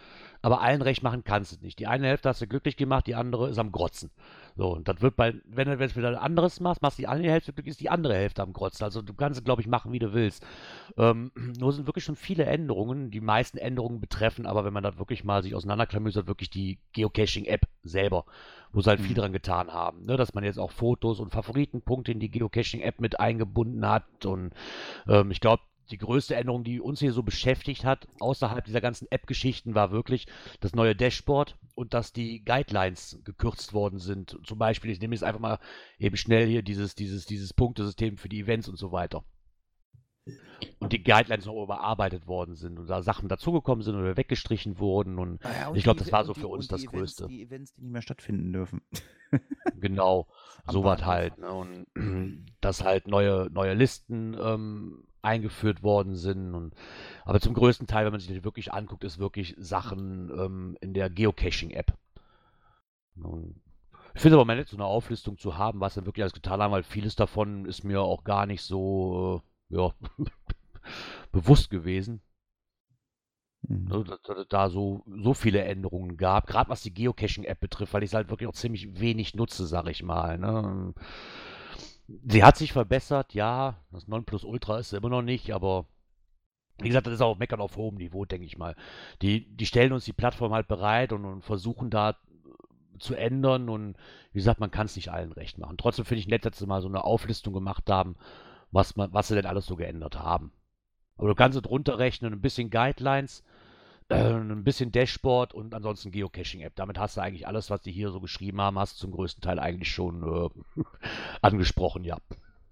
aber allen recht machen kannst du es nicht. Die eine Hälfte hast du glücklich gemacht, die andere ist am Grotzen. So, und das wird wenn du jetzt wieder ein anderes machst die eine Hälfte glücklich, ist die andere Hälfte am Grotzen. Also du kannst es, glaube ich, machen, wie du willst. Nur sind wirklich schon viele Änderungen. Die meisten Änderungen betreffen, aber wenn man da wirklich mal sich auseinanderklamüsert, wirklich die Geocaching-App selber, wo sie halt viel dran getan haben. Ne? Dass man jetzt auch Fotos und Favoritenpunkte in die Geocaching-App mit eingebunden hat. Und ich glaube, die größte Änderung, die uns hier so beschäftigt hat, außerhalb dieser ganzen App-Geschichten, war wirklich das neue Dashboard und dass die Guidelines gekürzt worden sind. Zum Beispiel, ich nehme jetzt einfach mal eben schnell hier dieses Punktesystem für die Events und so weiter. Und die Guidelines noch überarbeitet worden sind und da Sachen dazugekommen sind oder weggestrichen wurden. Und und ich glaube, die das war Eve- so und für die, uns und das die Events, Größte. die Events, die nicht mehr stattfinden dürfen. Genau, Am sowas Bahnhof. halt. Ne? Und dass halt neue Listen eingeführt worden sind. Aber zum größten Teil, wenn man sich das wirklich anguckt, ist wirklich Sachen in der Geocaching-App. Und ich finde es aber mal nett, so eine Auflistung zu haben, was wir wirklich alles getan haben, weil vieles davon ist mir auch gar nicht so ja, bewusst gewesen. Ne, dass es da so viele Änderungen gab, gerade was die Geocaching-App betrifft, weil ich es halt wirklich auch ziemlich wenig nutze, sag ich mal. Ne? Sie hat sich verbessert, ja, das Nonplusultra ist sie immer noch nicht, aber wie gesagt, das ist auch Meckern auf hohem Niveau, denke ich mal. Die stellen uns die Plattform halt bereit und versuchen da zu ändern und wie gesagt, man kann es nicht allen recht machen. Trotzdem finde ich nett, dass sie mal so eine Auflistung gemacht haben, was sie denn alles so geändert haben. Aber du kannst es runterrechnen, ein bisschen Guidelines, ein bisschen Dashboard und ansonsten Geocaching-App. Damit hast du eigentlich alles, was die hier so geschrieben haben, hast du zum größten Teil eigentlich schon angesprochen, ja.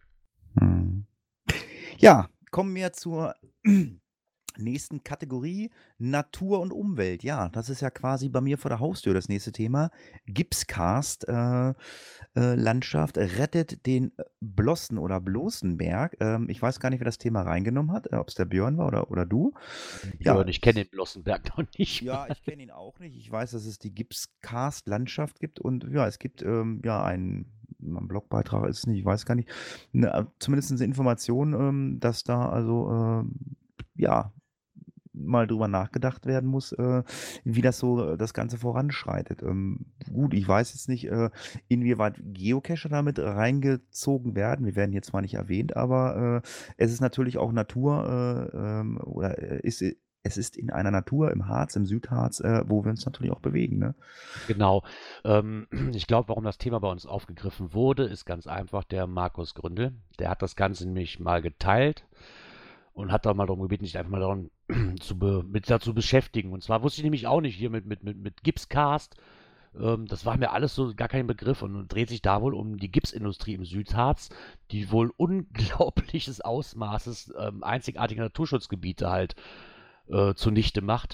Ja, kommen wir zur nächsten Kategorie, Natur und Umwelt. Ja, das ist ja quasi bei mir vor der Haustür das nächste Thema. Gipscast Landschaft rettet den Blossen oder Bloßenberg. Ich weiß gar nicht, wer das Thema reingenommen hat, ob es der Björn war oder du. Ja, Björn, ich kenne den Blossenberg noch nicht. ja, ich kenne ihn auch nicht. Ich weiß, dass es die Gipscast-Landschaft gibt und ja, es gibt ja ein Blogbeitrag ist es nicht, ich weiß gar nicht. Zumindest eine Information, dass da also ja mal drüber nachgedacht werden muss, wie das so das Ganze voranschreitet. Gut, ich weiß jetzt nicht, inwieweit Geocacher damit reingezogen werden. Wir werden jetzt zwar nicht erwähnt, aber es ist natürlich auch Natur oder es ist in einer Natur im Harz, im Südharz, wo wir uns natürlich auch bewegen. Ne? Genau. Ich glaube, warum das Thema bei uns aufgegriffen wurde, ist ganz einfach der Markus Gründel. Der hat das Ganze nämlich mal geteilt und hat da mal darum gebeten, sich einfach mal daran dazu beschäftigen. Und zwar wusste ich nämlich auch nicht hier mit Gipscast. Das war mir alles so gar kein Begriff und dreht sich da wohl um die Gipsindustrie im Südharz, die wohl unglaubliches Ausmaßes einzigartiger Naturschutzgebiete halt zunichte macht.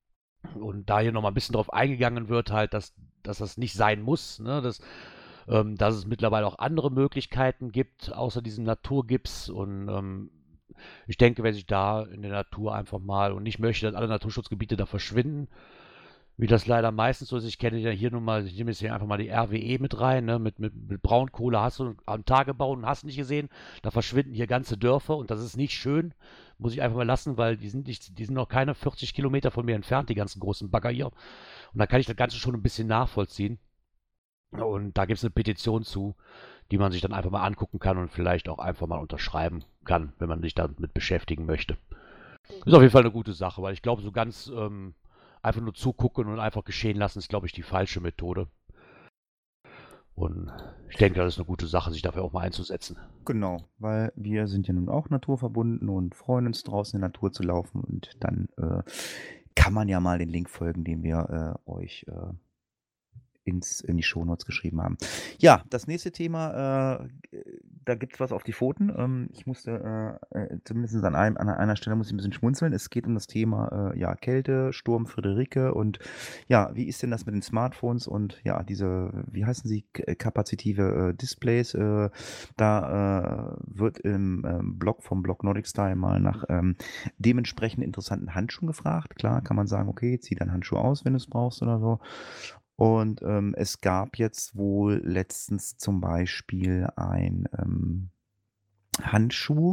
Und da hier nochmal ein bisschen drauf eingegangen wird, halt, dass das nicht sein muss, ne? Dass es mittlerweile auch andere Möglichkeiten gibt, außer diesem Naturgips. Und ich denke, wenn sich da in der Natur einfach mal und nicht möchte, dass alle Naturschutzgebiete da verschwinden, wie das leider meistens so ist. Ich kenne ja hier nun mal, ich nehme jetzt hier einfach mal die RWE mit rein, ne? Mit Braunkohle hast du am Tagebau und hast nicht gesehen. Da verschwinden hier ganze Dörfer und das ist nicht schön. Muss ich einfach mal lassen, weil die sind noch keine 40 Kilometer von mir entfernt, die ganzen großen Bagger hier. Und da kann ich das Ganze schon ein bisschen nachvollziehen. Und da gibt es eine Petition zu, die man sich dann einfach mal angucken kann und vielleicht auch einfach mal unterschreiben kann, wenn man sich damit beschäftigen möchte. Ist auf jeden Fall eine gute Sache, weil ich glaube, so ganz einfach nur zugucken und einfach geschehen lassen, ist, glaube ich, die falsche Methode. Und ich denke, das ist eine gute Sache, sich dafür auch mal einzusetzen. Genau, weil wir sind ja nun auch naturverbunden und freuen uns draußen in der Natur zu laufen und dann kann man ja mal den Link folgen, den wir euch in die Shownotes geschrieben haben. Ja, das nächste Thema, da gibt es was auf die Pfoten. Ich musste zumindest an einer Stelle muss ich ein bisschen schmunzeln. Es geht um das Thema ja, Kälte, Sturm Friederike und ja, wie ist denn das mit den Smartphones und ja, diese, wie heißen sie, kapazitive Displays? Da wird im Blog vom Blog Nordic Style mal nach dementsprechend interessanten Handschuhen gefragt. Klar, kann man sagen, okay, zieh deinen Handschuh aus, wenn du es brauchst oder so. Und es gab jetzt wohl letztens zum Beispiel ein Handschuh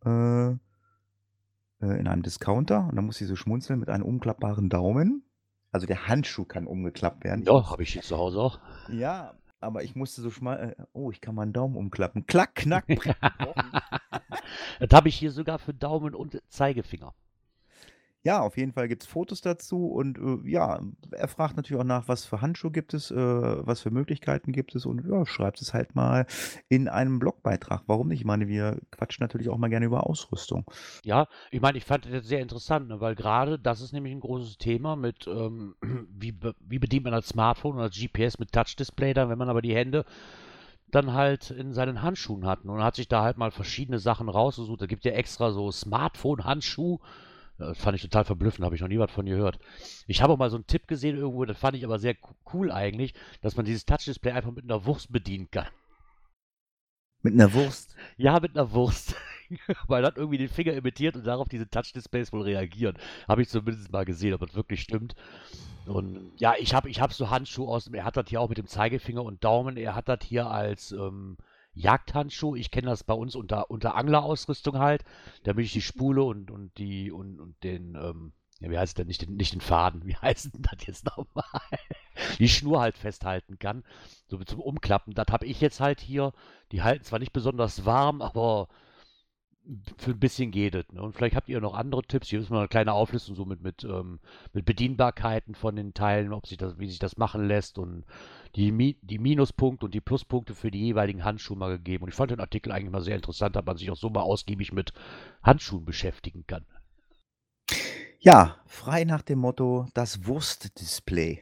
in einem Discounter und da muss ich so schmunzeln mit einem umklappbaren Daumen. Also der Handschuh kann umgeklappt werden. Ja, habe ich hier zu Hause auch. Ja, aber ich musste so ich kann meinen Daumen umklappen. Klack, knack, prick, gebrochen. Das habe ich hier sogar für Daumen und Zeigefinger. Ja, auf jeden Fall gibt es Fotos dazu und ja, er fragt natürlich auch nach, was für Handschuhe gibt es, was für Möglichkeiten gibt es und ja, schreibt es halt mal in einem Blogbeitrag. Warum nicht? Ich meine, wir quatschen natürlich auch mal gerne über Ausrüstung. Ja, ich meine, ich fand das sehr interessant, ne, weil gerade das ist nämlich ein großes Thema mit, wie bedient man das Smartphone oder das GPS mit Touch-Display dann, wenn man aber die Hände dann halt in seinen Handschuhen hat. Und hat sich da halt mal verschiedene Sachen rausgesucht. Da gibt ja extra so Smartphone-Handschuh. Das fand ich total verblüffend, habe ich noch nie was von gehört. Ich habe auch mal so einen Tipp gesehen irgendwo, das fand ich aber sehr cool eigentlich, dass man dieses Touch-Display einfach mit einer Wurst bedienen kann. Mit einer Wurst. Ja, mit einer Wurst. Weil er hat irgendwie den Finger imitiert und darauf diese Touch-Displays wohl reagieren. Habe ich zumindest mal gesehen, ob das wirklich stimmt. Und ja, ich hab so Handschuhe aus. Er hat das hier auch mit dem Zeigefinger und Daumen. Er hat das hier als Jagdhandschuh. Ich kenne das bei uns unter Anglerausrüstung halt, damit ich die Spule und den, ja, wie heißt es denn? Nicht den Faden. Wie heißt denn das jetzt nochmal? Die Schnur halt festhalten kann. So zum Umklappen. Das habe ich jetzt halt hier. Die halten zwar nicht besonders warm, aber für ein bisschen geht es. Ne? Und vielleicht habt ihr noch andere Tipps. Hier ist mal eine kleine Auflistung so mit Bedienbarkeiten von den Teilen, wie sich das machen lässt und die Minuspunkte und die Pluspunkte für die jeweiligen Handschuhe mal gegeben. Und ich fand den Artikel eigentlich mal sehr interessant, dass man sich auch so mal ausgiebig mit Handschuhen beschäftigen kann. Ja, frei nach dem Motto, das Wurstdisplay.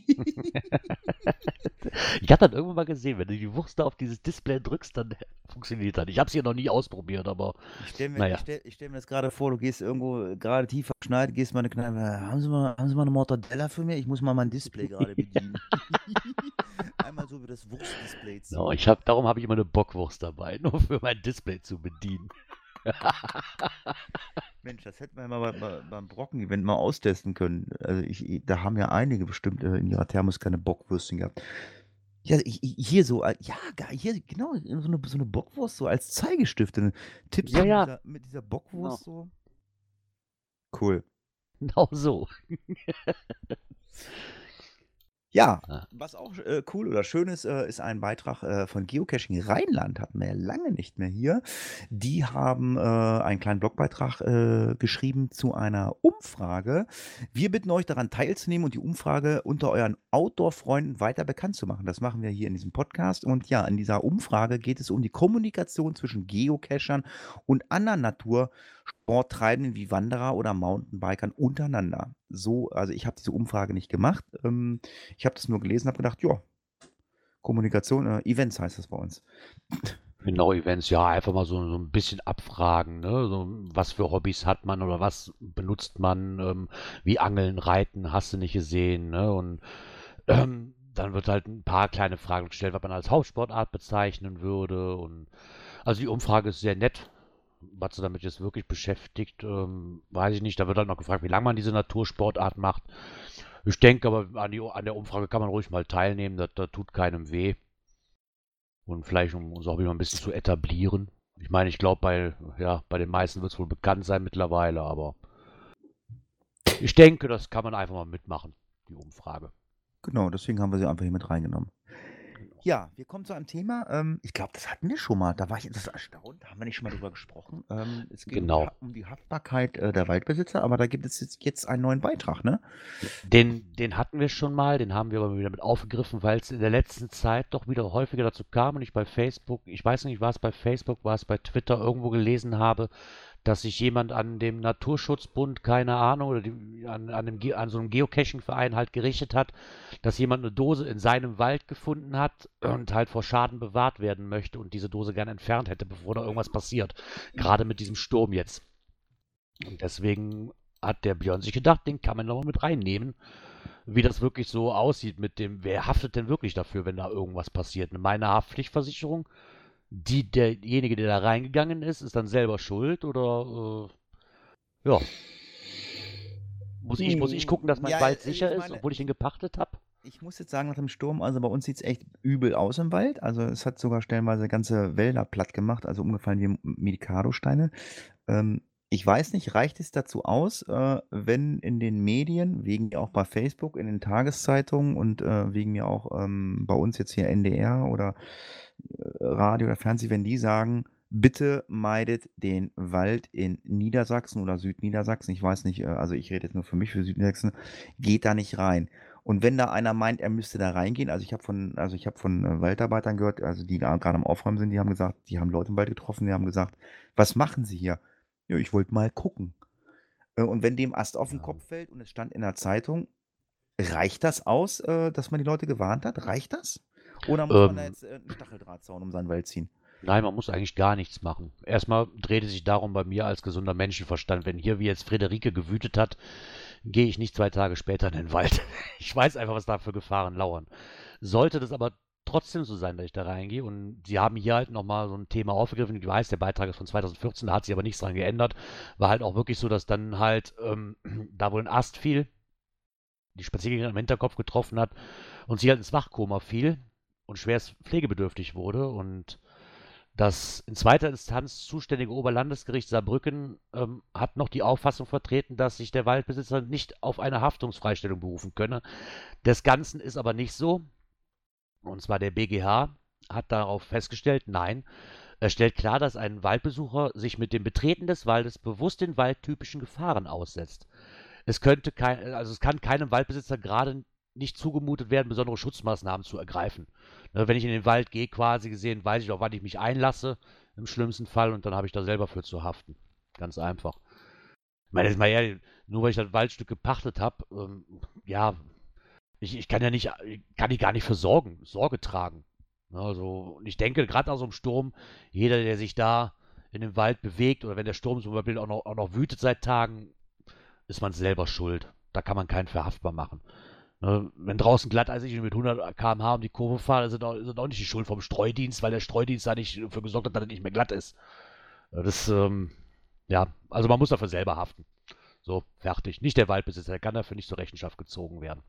Ich habe das irgendwann mal gesehen, wenn du die Wurst da auf dieses Display drückst, dann funktioniert das. Ich habe es hier noch nie ausprobiert, aber Ich stelle mir, naja. stell mir das gerade vor, du gehst irgendwo gerade tiefer geschneit, gehst mal in eine Kneipe, haben Sie mal eine Mortadella für mich? Ich muss mal mein Display gerade bedienen. Einmal so wie das Wurstdisplay ziehen. No, darum habe ich immer eine Bockwurst dabei, nur für mein Display zu bedienen. Mensch, das hätten wir ja mal beim Brocken-Event mal austesten können. Also da haben ja einige bestimmt in ihrer Thermoskanne Bockwürstchen gehabt. Ja, hier so, hier genau, so eine Bockwurst so als Zeigestift. Tippst Ja, du ja. mit dieser Bockwurst so? Cool. Genau so. Ja, Ah. was auch cool oder schön ist, ist ein Beitrag von Geocaching Rheinland, hatten wir ja lange nicht mehr hier. Die haben einen kleinen Blogbeitrag geschrieben zu einer Umfrage. Wir bitten euch daran teilzunehmen und die Umfrage unter euren Outdoor-Freunden weiter bekannt zu machen. Das machen wir hier in diesem Podcast. Und ja, in dieser Umfrage geht es um die Kommunikation zwischen Geocachern und anderen Natursporttreibenden wie Wanderer oder Mountainbikern untereinander. So, also ich habe diese Umfrage nicht gemacht. Ich habe das nur gelesen, habe gedacht, ja, Kommunikation, Events heißt das bei uns. Genau, Events, ja, einfach mal so ein bisschen abfragen, ne? So, was für Hobbys hat man oder was benutzt man, wie Angeln, Reiten, hast du nicht gesehen, ne? Und dann wird halt ein paar kleine Fragen gestellt, was man als Hauptsportart bezeichnen würde. Und also die Umfrage ist sehr nett. Was sie damit jetzt wirklich beschäftigt, weiß ich nicht. Da wird halt noch gefragt, wie lange man diese Natursportart macht. Ich denke aber, an der Umfrage kann man ruhig mal teilnehmen, das tut keinem weh. Und vielleicht, um unser Hobby mal ein bisschen zu etablieren. Ich meine, ich glaube, bei den meisten wird es wohl bekannt sein mittlerweile, aber ich denke, das kann man einfach mal mitmachen, die Umfrage. Genau, deswegen haben wir sie einfach hier mit reingenommen. Genau. Ja, wir kommen zu einem Thema. Ich glaube, das hatten wir schon mal. Da war ich etwas erstaunt. Da haben wir nicht schon mal drüber gesprochen. Es geht Genau. um die Haftbarkeit der Waldbesitzer, aber da gibt es jetzt einen neuen Beitrag, ne? Den hatten wir schon mal, den haben wir aber wieder mit aufgegriffen, weil es in der letzten Zeit doch wieder häufiger dazu kam und ich bei Facebook, ich weiß nicht, war es bei Facebook, war es bei Twitter irgendwo gelesen habe, dass sich jemand an dem Naturschutzbund, keine Ahnung, oder an so einem Geocaching-Verein halt gerichtet hat, dass jemand eine Dose in seinem Wald gefunden hat und halt vor Schaden bewahrt werden möchte und diese Dose gern entfernt hätte, bevor da irgendwas passiert. Gerade mit diesem Sturm jetzt. Und deswegen hat der Björn sich gedacht, den kann man nochmal mit reinnehmen, wie das wirklich so aussieht mit dem, wer haftet denn wirklich dafür, wenn da irgendwas passiert? Meine Haftpflichtversicherung, derjenige, der da reingegangen ist dann selber schuld oder ja. Muss ich gucken, dass mein Ja, Wald ich sicher ist, meine, obwohl ich ihn gepachtet habe? ich muss jetzt sagen, nach dem Sturm, also bei uns sieht es echt übel aus im Wald. Also es hat sogar stellenweise ganze Wälder platt gemacht, also umgefallen wie Mikado-Steine. Ich weiß nicht, reicht es dazu aus, wenn in den Medien, wegen mir auch bei Facebook, in den Tageszeitungen und wegen mir auch bei uns jetzt hier NDR oder Radio oder Fernsehen, wenn die sagen, bitte meidet den Wald in Niedersachsen oder Südniedersachsen, ich weiß nicht, also ich rede jetzt nur für mich, für Südniedersachsen, geht da nicht rein. Und wenn da einer meint, er müsste da reingehen, also ich habe von Waldarbeitern gehört, also die gerade am Aufräumen sind, die haben gesagt, die haben Leute im Wald getroffen, die haben gesagt, was machen Sie hier? Ja, ich wollte mal gucken. Und wenn dem Ast auf den Ja. Kopf fällt und es stand in der Zeitung, reicht das aus, dass man die Leute gewarnt hat? Reicht das? Oder muss man da Ähm, jetzt 'n Stacheldrahtzaun um seinen Wald ziehen? nein, man muss eigentlich gar nichts machen. Erstmal dreht es sich darum bei mir als gesunder Menschenverstand, wenn hier wie jetzt Friederike gewütet hat, gehe ich nicht 2 Tage später in den Wald. Ich weiß einfach, was da für Gefahren lauern. Sollte das aber trotzdem so sein, dass ich da reingehe und sie haben hier halt nochmal so ein Thema aufgegriffen. Ich weiß, der Beitrag ist von 2014, da hat sich aber nichts dran geändert. War halt auch wirklich so, dass dann halt da wohl ein Ast fiel, die Spaziergängerin im Hinterkopf getroffen hat und sie halt ins Wachkoma fiel und schwerst pflegebedürftig wurde und das in zweiter Instanz zuständige Oberlandesgericht Saarbrücken hat noch die Auffassung vertreten, dass sich der Waldbesitzer nicht auf eine Haftungsfreistellung berufen könne. Des Ganzen ist aber nicht so. Und zwar der BGH hat darauf festgestellt, nein, er stellt klar, dass ein Waldbesucher sich mit dem Betreten des Waldes bewusst den waldtypischen Gefahren aussetzt. Es kann keinem Waldbesitzer gerade nicht zugemutet werden, besondere Schutzmaßnahmen zu ergreifen. Ne, wenn ich in den Wald gehe, quasi gesehen, weiß ich auch, wann ich mich einlasse, im schlimmsten Fall, und dann habe ich da selber für zu haften. Ganz einfach. Ich meine, jetzt mal ehrlich, nur weil ich das Waldstück gepachtet habe, ja, ich kann ja nicht, kann ich gar nicht für Sorge tragen. Ne, also, und ich denke, gerade nach so einem Sturm, jeder, der sich da in dem Wald bewegt oder wenn der Sturm zum Beispiel auch noch wütet seit Tagen, ist man selber schuld. Da kann man keinen verhaftbar machen. Ne, wenn draußen Glatteis ist und mit 100 km/h um die Kurve fahre, sind auch nicht die Schuld vom Streudienst, weil der Streudienst da nicht dafür gesorgt hat, dass es nicht mehr glatt ist. Das, ja, also man muss dafür selber haften. So, fertig. Nicht der Waldbesitzer, der kann dafür nicht zur Rechenschaft gezogen werden.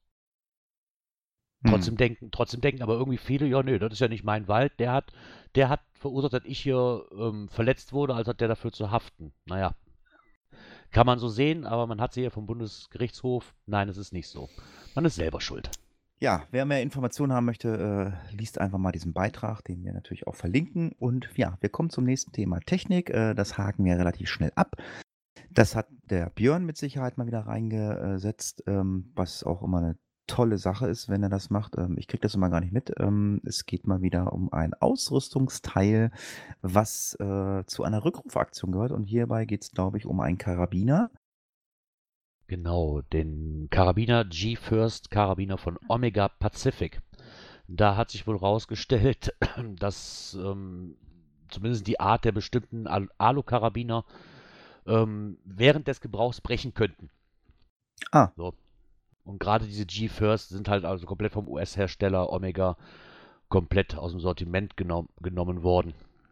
Hm. Trotzdem denken aber irgendwie viele, ja, nee, das ist ja nicht mein Wald. Der hat verursacht, dass ich hier verletzt wurde, also hat der dafür zu haften. Naja, kann man so sehen, aber man hat sie hier vom Bundesgerichtshof. Nein, es ist nicht so. Man ist selber schuld. Ja, wer mehr Informationen haben möchte, liest einfach mal diesen Beitrag, den wir natürlich auch verlinken. Und ja, wir kommen zum nächsten Thema Technik. Das haken wir relativ schnell ab. Das hat der Björn mit Sicherheit mal wieder reingesetzt, was auch immer eine tolle Sache ist, wenn er das macht. Ich kriege das immer gar nicht mit. Es geht mal wieder um ein Ausrüstungsteil, was zu einer Rückrufaktion gehört. Und hierbei geht es, glaube ich, um einen Karabiner. Genau, den Karabiner G-First Karabiner von Omega Pacific. Da hat sich wohl rausgestellt, dass zumindest die Art der bestimmten Alu-Karabiner während des Gebrauchs brechen könnten. Ah, So. Und gerade diese G-First sind halt also komplett vom US-Hersteller Omega komplett aus dem Sortiment genommen worden.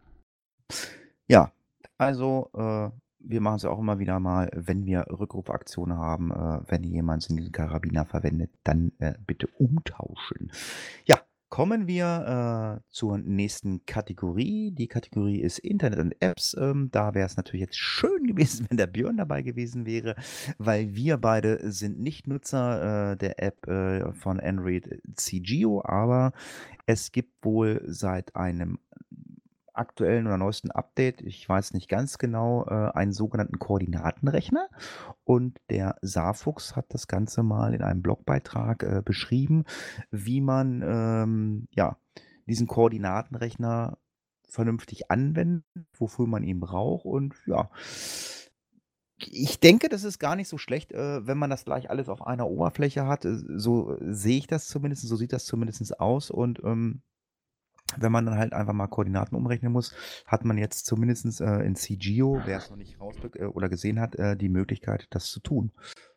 ja. Also, wir machen es ja auch immer wieder mal, wenn wir Rückrufaktionen haben, wenn jemand diesen Karabiner verwendet, dann bitte umtauschen. Ja, kommen wir zur nächsten Kategorie. Die Kategorie ist Internet und Apps. Da wäre es natürlich jetzt schön gewesen, wenn der Björn dabei gewesen wäre, weil wir beide sind nicht Nutzer der App von Android CGO, aber es gibt wohl seit einem aktuellen oder neuesten Update, ich weiß nicht ganz genau, einen sogenannten Koordinatenrechner. Und der Saarfuchs hat das Ganze mal in einem Blogbeitrag beschrieben, wie man ja, diesen Koordinatenrechner vernünftig anwendet, wofür man ihn braucht. Und ja, ich denke, das ist gar nicht so schlecht, wenn man das gleich alles auf einer Oberfläche hat. So sehe ich das zumindest, so sieht das zumindest aus. Und wenn man dann halt einfach mal Koordinaten umrechnen muss, hat man jetzt zumindest in CGO, wer es noch nicht oder gesehen hat, die Möglichkeit, das zu tun.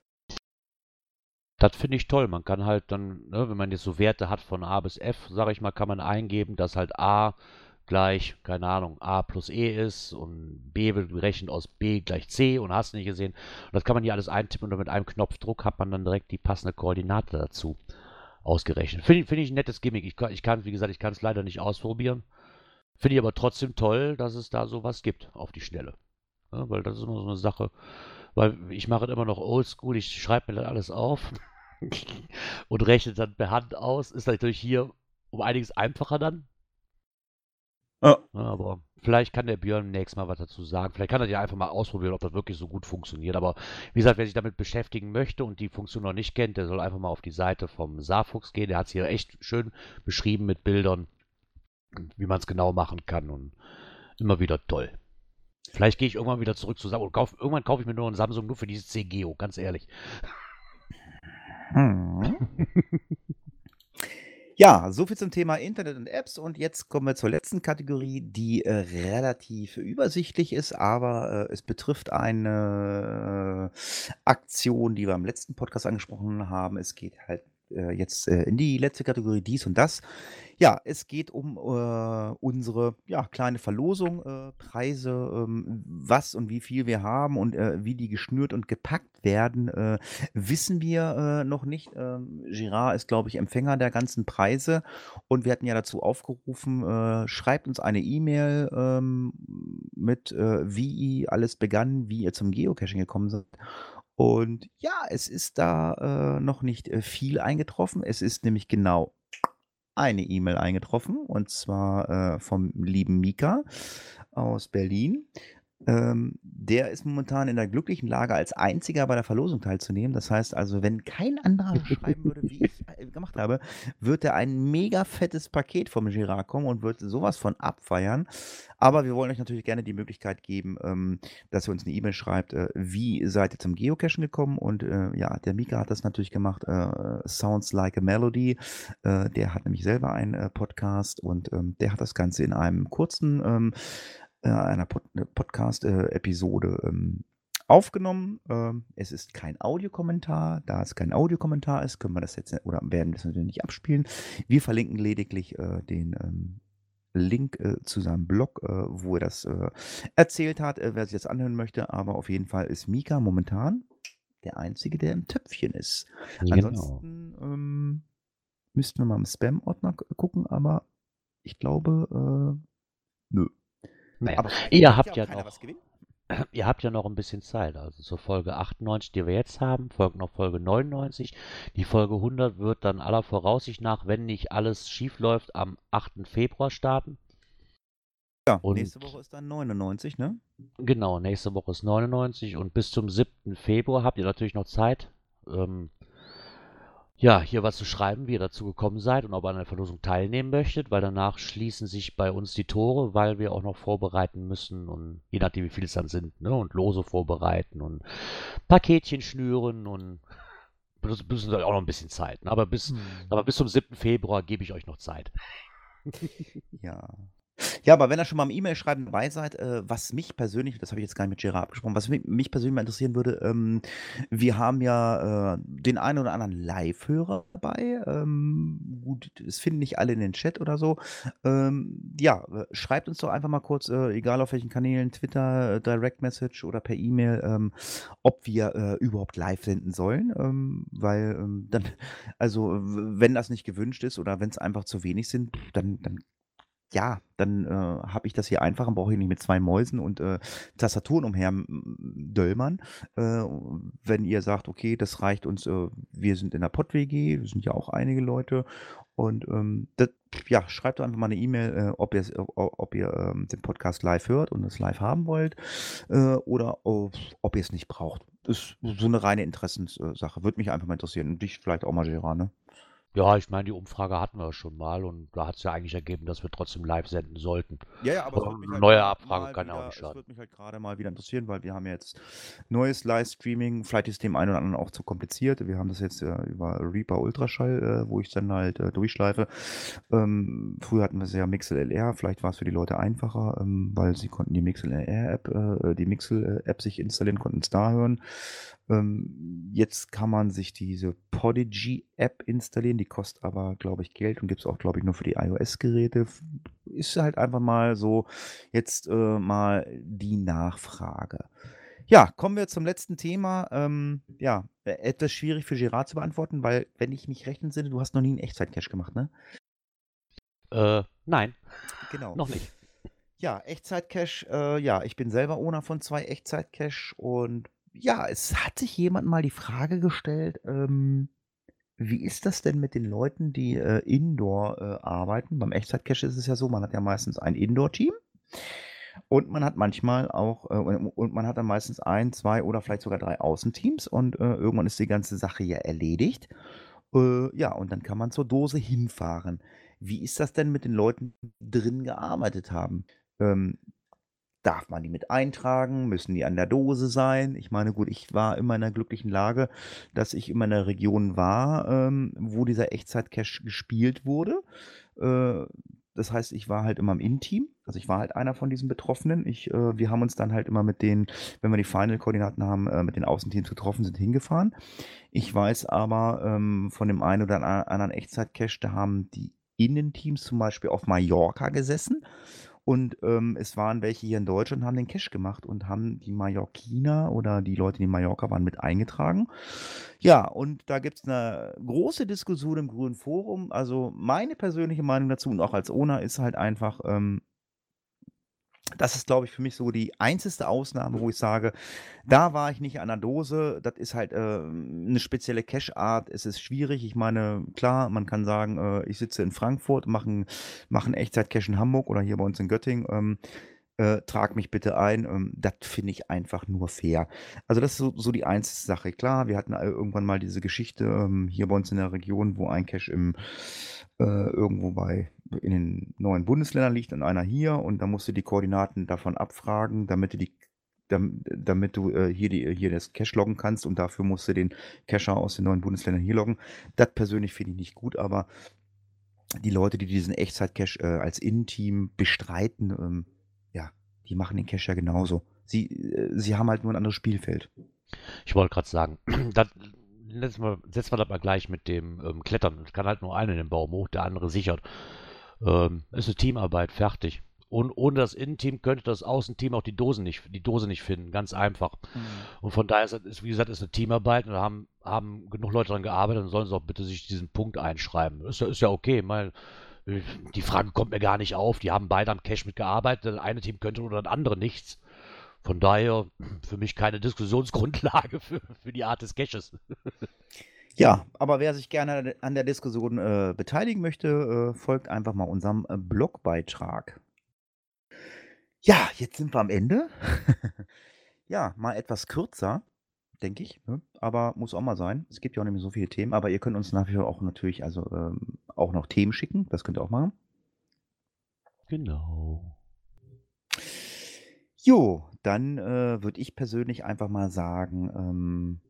Das finde ich toll. Man kann halt dann, ne, wenn man jetzt so Werte hat von A bis F, sage ich mal, kann man eingeben, dass halt A gleich, keine Ahnung, A plus E ist und B wird berechnet aus B gleich C und hast du nicht gesehen. Und das kann man hier alles eintippen und dann mit einem Knopfdruck hat man dann direkt die passende Koordinate dazu ausgerechnet. Find ich ein nettes Gimmick. Ich kann, wie gesagt, ich kann es leider nicht ausprobieren. Finde ich aber trotzdem toll, dass es da sowas gibt auf die Schnelle. ne? Weil das ist immer so eine Sache, weil ich mache es immer noch oldschool, ich schreibe mir das alles auf und rechne dann per Hand aus. Ist natürlich hier um einiges einfacher dann. Ja. Ja, aber vielleicht kann der Björn nächstes Mal was dazu sagen. Vielleicht kann er ja einfach mal ausprobieren, ob das wirklich so gut funktioniert. Aber wie gesagt, wer sich damit beschäftigen möchte und die Funktion noch nicht kennt, der soll einfach mal auf die Seite vom Saarfuchs gehen. Der hat es hier echt schön beschrieben mit Bildern, wie man es genau machen kann und immer wieder toll. Vielleicht gehe ich irgendwann wieder zurück zu Samsung. Irgendwann kaufe ich mir nur einen Samsung nur für dieses CGO, ganz ehrlich. Ja, soviel zum Thema Internet und Apps und jetzt kommen wir zur letzten Kategorie, die relativ übersichtlich ist, aber es betrifft eine Aktion, die wir im letzten Podcast angesprochen haben. Es geht halt jetzt in die letzte Kategorie dies und das. Ja, es geht um unsere kleine Verlosung, Preise, was und wie viel wir haben und wie die geschnürt und gepackt werden, wissen wir noch nicht. Girard ist, glaube ich, Empfänger der ganzen Preise und wir hatten ja dazu aufgerufen, schreibt uns eine E-Mail mit, wie alles begann, wie ihr zum Geocaching gekommen seid. Und ja, es ist da noch nicht viel eingetroffen. Es ist nämlich genau eine E-Mail eingetroffen und zwar vom lieben Mika aus Berlin. Der ist momentan in der glücklichen Lage, als einziger bei der Verlosung teilzunehmen. Das heißt also, wenn kein anderer schreiben würde, wie ich gemacht habe, wird er ein mega fettes Paket vom Girard kommen und wird sowas von abfeiern. Aber wir wollen euch natürlich gerne die Möglichkeit geben, dass ihr uns eine E-Mail schreibt, wie seid ihr zum Geocachen gekommen? Und ja, der Mika hat das natürlich gemacht, Sounds Like a Melody. Der hat nämlich selber einen Podcast und der hat das Ganze in einem kurzen einer Podcast-Episode aufgenommen. Es ist kein Audiokommentar. Da es kein Audiokommentar ist, können wir das jetzt oder werden wir das natürlich nicht abspielen. Wir verlinken lediglich den Link zu seinem Blog, wo er das erzählt hat, wer sich das anhören möchte. Aber auf jeden Fall ist Mika momentan der Einzige, der im Töpfchen ist. Genau. Ansonsten müssten wir mal im Spam-Ordner gucken, aber ich glaube, nö. Naja, Aber ihr habt auch ja keiner noch, was gewinnen. ihr habt ja noch ein bisschen Zeit. Also zur Folge 98, die wir jetzt haben, folgt noch Folge 99. Die Folge 100 wird dann aller Voraussicht nach, wenn nicht alles schief läuft, am 8. Februar starten. Ja, Und nächste Woche ist dann 99, ne? genau, nächste Woche ist 99 und bis zum 7. Februar habt ihr natürlich noch Zeit, ja, hier was zu schreiben, wie ihr dazu gekommen seid und ob ihr an der Verlosung teilnehmen möchtet, weil danach schließen sich bei uns die Tore, weil wir auch noch vorbereiten müssen und je nachdem, wie viele es dann sind, ne, und Lose vorbereiten und Paketchen schnüren und das müssen wir auch noch ein bisschen Zeit. Ne? Aber bis zum 7. Februar gebe ich euch noch Zeit. Ja. Ja, aber wenn ihr schon mal im E-Mail-Schreiben dabei seid, was mich persönlich, das habe ich jetzt gar nicht mit Gerard abgesprochen, was mich persönlich mal interessieren würde, wir haben ja den einen oder anderen Live-Hörer dabei. Gut, es finden nicht alle in den Chat oder so. Ja, schreibt uns doch einfach mal kurz, egal auf welchen Kanälen, Twitter, Direct Message oder per E-Mail, ob wir überhaupt live senden sollen. Weil dann, also wenn das nicht gewünscht ist oder wenn es einfach zu wenig sind, dann ja, dann habe ich das hier einfach und brauche hier nicht mit 2 Mäusen und Tastaturen umher döllmern. Wenn ihr sagt: „Okay, das reicht uns, wir sind in der Pott-WG“, wir sind ja auch einige Leute und ja, schreibt doch einfach mal 'ne E-Mail, ob ihr den Podcast live hört und es live haben wollt, oder ob ihr es nicht braucht. Ist so eine reine Interessenssache. Würde mich einfach mal interessieren und dich vielleicht auch mal, Gerard, ne? Ja, ich meine, die Umfrage hatten wir schon mal und da hat es ja eigentlich ergeben, dass wir trotzdem live senden sollten. Ja, aber es Aber würde mich eine halt neue mal Abfrage kann ja auch wieder nicht es schaden. würde mich halt grade mal wieder interessieren, weil wir haben ja jetzt neues Livestreaming. Vielleicht ist dem einen oder anderen auch zu kompliziert. Wir haben das jetzt, über Reaper Ultraschall, wo ich dann halt, durchschleife. Früher hatten wir es ja MixLR. Vielleicht war es für die Leute einfacher, weil sie konnten die MixL-App sich installieren, konnten es da hören. Jetzt kann man sich diese Podigy-App installieren, die kostet aber, glaube ich, Geld und gibt es auch, glaube ich, nur für die iOS-Geräte. Ist halt einfach mal so jetzt mal die Nachfrage. Ja, kommen wir zum letzten Thema. Ja, etwas schwierig für Gerard zu beantworten, weil, wenn ich mich recht entsinne, du hast noch nie einen Echtzeit-Cache gemacht, ne? Nein, Genau. noch nicht. Ja, Echtzeit-Cache, ja, ich bin selber Owner von 2 Echtzeit-Cache und ja, es hat sich jemand mal die Frage gestellt, wie ist das denn mit den Leuten, die, Indoor, arbeiten? Beim Echtzeit-Cache ist es ja so, man hat ja meistens ein Indoor-Team und man hat manchmal auch, und man hat dann meistens 1, 2 oder vielleicht sogar 3 Außenteams und, irgendwann ist die ganze Sache ja erledigt. Ja, und dann kann man zur Dose hinfahren. Wie ist das denn mit den Leuten, die drin gearbeitet haben? Ähm, Darf man die mit eintragen? Müssen die an der Dose sein? Ich meine, gut, ich war immer in der glücklichen Lage, dass ich immer in der Region war, wo dieser Echtzeit-Cache gespielt wurde. Äh, Das heißt, ich war halt immer im In-Team. Also ich war halt einer von diesen Betroffenen. Wir haben uns dann halt immer mit denen, wenn wir die Final-Koordinaten haben, mit den Außenteams getroffen, sind hingefahren. Ich weiß aber von dem einen oder anderen Echtzeit-Cache, da haben die Innenteams zum Beispiel auf Mallorca gesessen und es waren welche hier in Deutschland, haben den Cache gemacht und haben die Mallorquiner oder die Leute, die in Mallorca waren, mit eingetragen. Ja, und da gibt es eine große Diskussion im Grünen Forum. Also meine persönliche Meinung dazu und auch als Owner ist halt einfach, das ist, glaube ich, für mich so die einzigste Ausnahme, wo ich sage, da war ich nicht an der Dose. Das ist halt 'ne spezielle Cache-Art. Es ist schwierig. Ich meine, klar, man kann sagen, ich sitze in Frankfurt, mache 'n Echtzeit-Cache in Hamburg oder hier bei uns in Göttingen, trage mich bitte ein. Das finde ich einfach nur fair. Also, das ist so die einzige Sache. Klar, wir hatten irgendwann mal diese Geschichte, hier bei uns in der Region, wo ein Cache irgendwo in den neuen Bundesländern liegt und einer hier und da musst du die Koordinaten davon abfragen, damit du hier das Cache loggen kannst und dafür musst du den Cacher aus den neuen Bundesländern hier loggen. Das persönlich finde ich nicht gut, aber die Leute, die diesen Echtzeit-Cache als Innenteam bestreiten, ja, die machen den Cache ja genauso. Sie haben halt nur ein anderes Spielfeld. Ich wollte gerade sagen, das setzen wir das mal gleich mit dem Klettern. Es kann halt nur einer den Baum hoch, der andere sichert. Ist eine Teamarbeit, fertig. Und ohne das Innenteam könnte das Außenteam auch die Dose nicht finden, ganz einfach. Und von daher wie gesagt, ist eine Teamarbeit und da haben genug Leute daran gearbeitet und sollen sie auch bitte sich diesen Punkt einschreiben. Ist ja okay, weil die Frage kommt mir gar nicht auf. Die haben beide am Cache mitgearbeitet, das eine Team könnte oder das andere nichts. Von daher für mich keine Diskussionsgrundlage für die Art des Caches. Ja, aber wer sich gerne an der Diskussion beteiligen möchte, folgt einfach mal unserem Blogbeitrag. Ja, jetzt sind wir am Ende. Ja, mal etwas kürzer, denke ich, ne? Aber muss auch mal sein. Es gibt ja auch nicht mehr so viele Themen, aber ihr könnt uns nach wie vor auch natürlich auch noch Themen schicken. Das könnt ihr auch machen. Genau. Jo, dann würde ich persönlich einfach mal sagen,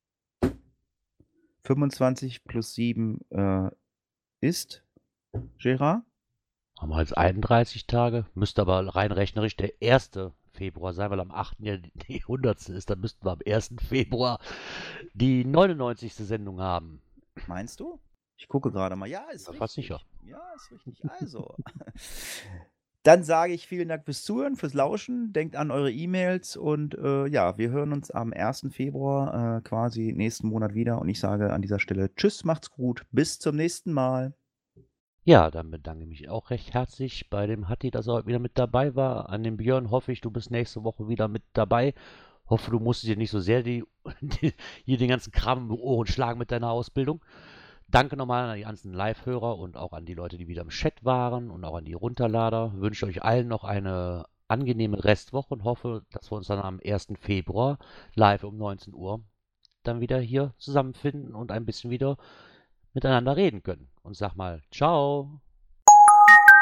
25 plus 7 ist, Gerard? Haben wir jetzt 31 Tage, müsste aber rein rechnerisch der 1. Februar sein, weil am 8. ja die 100. ist. Dann müssten wir am 1. Februar die 99. Sendung haben. Meinst du? Ich gucke gerade mal. Ja, ist Ja, richtig. fast sicher. Ja, ist richtig. Also, dann sage ich vielen Dank fürs Zuhören, fürs Lauschen. Denkt an eure E-Mails und ja, wir hören uns am 1. Februar quasi nächsten Monat wieder. Und ich sage an dieser Stelle Tschüss, macht's gut, bis zum nächsten Mal. Ja, dann bedanke ich mich auch recht herzlich bei dem Hatti, dass er heute wieder mit dabei war. An den Björn hoffe ich, du bist nächste Woche wieder mit dabei. Hoffe, du musst dir nicht so sehr hier den ganzen Kram im Ohren schlagen mit deiner Ausbildung. Danke nochmal an die ganzen Live-Hörer und auch an die Leute, die wieder im Chat waren und auch an die Runterlader. Wünsche euch allen noch eine angenehme Restwoche und hoffe, dass wir uns dann am 1. Februar live um 19 Uhr dann wieder hier zusammenfinden und ein bisschen wieder miteinander reden können. Und sag mal, ciao.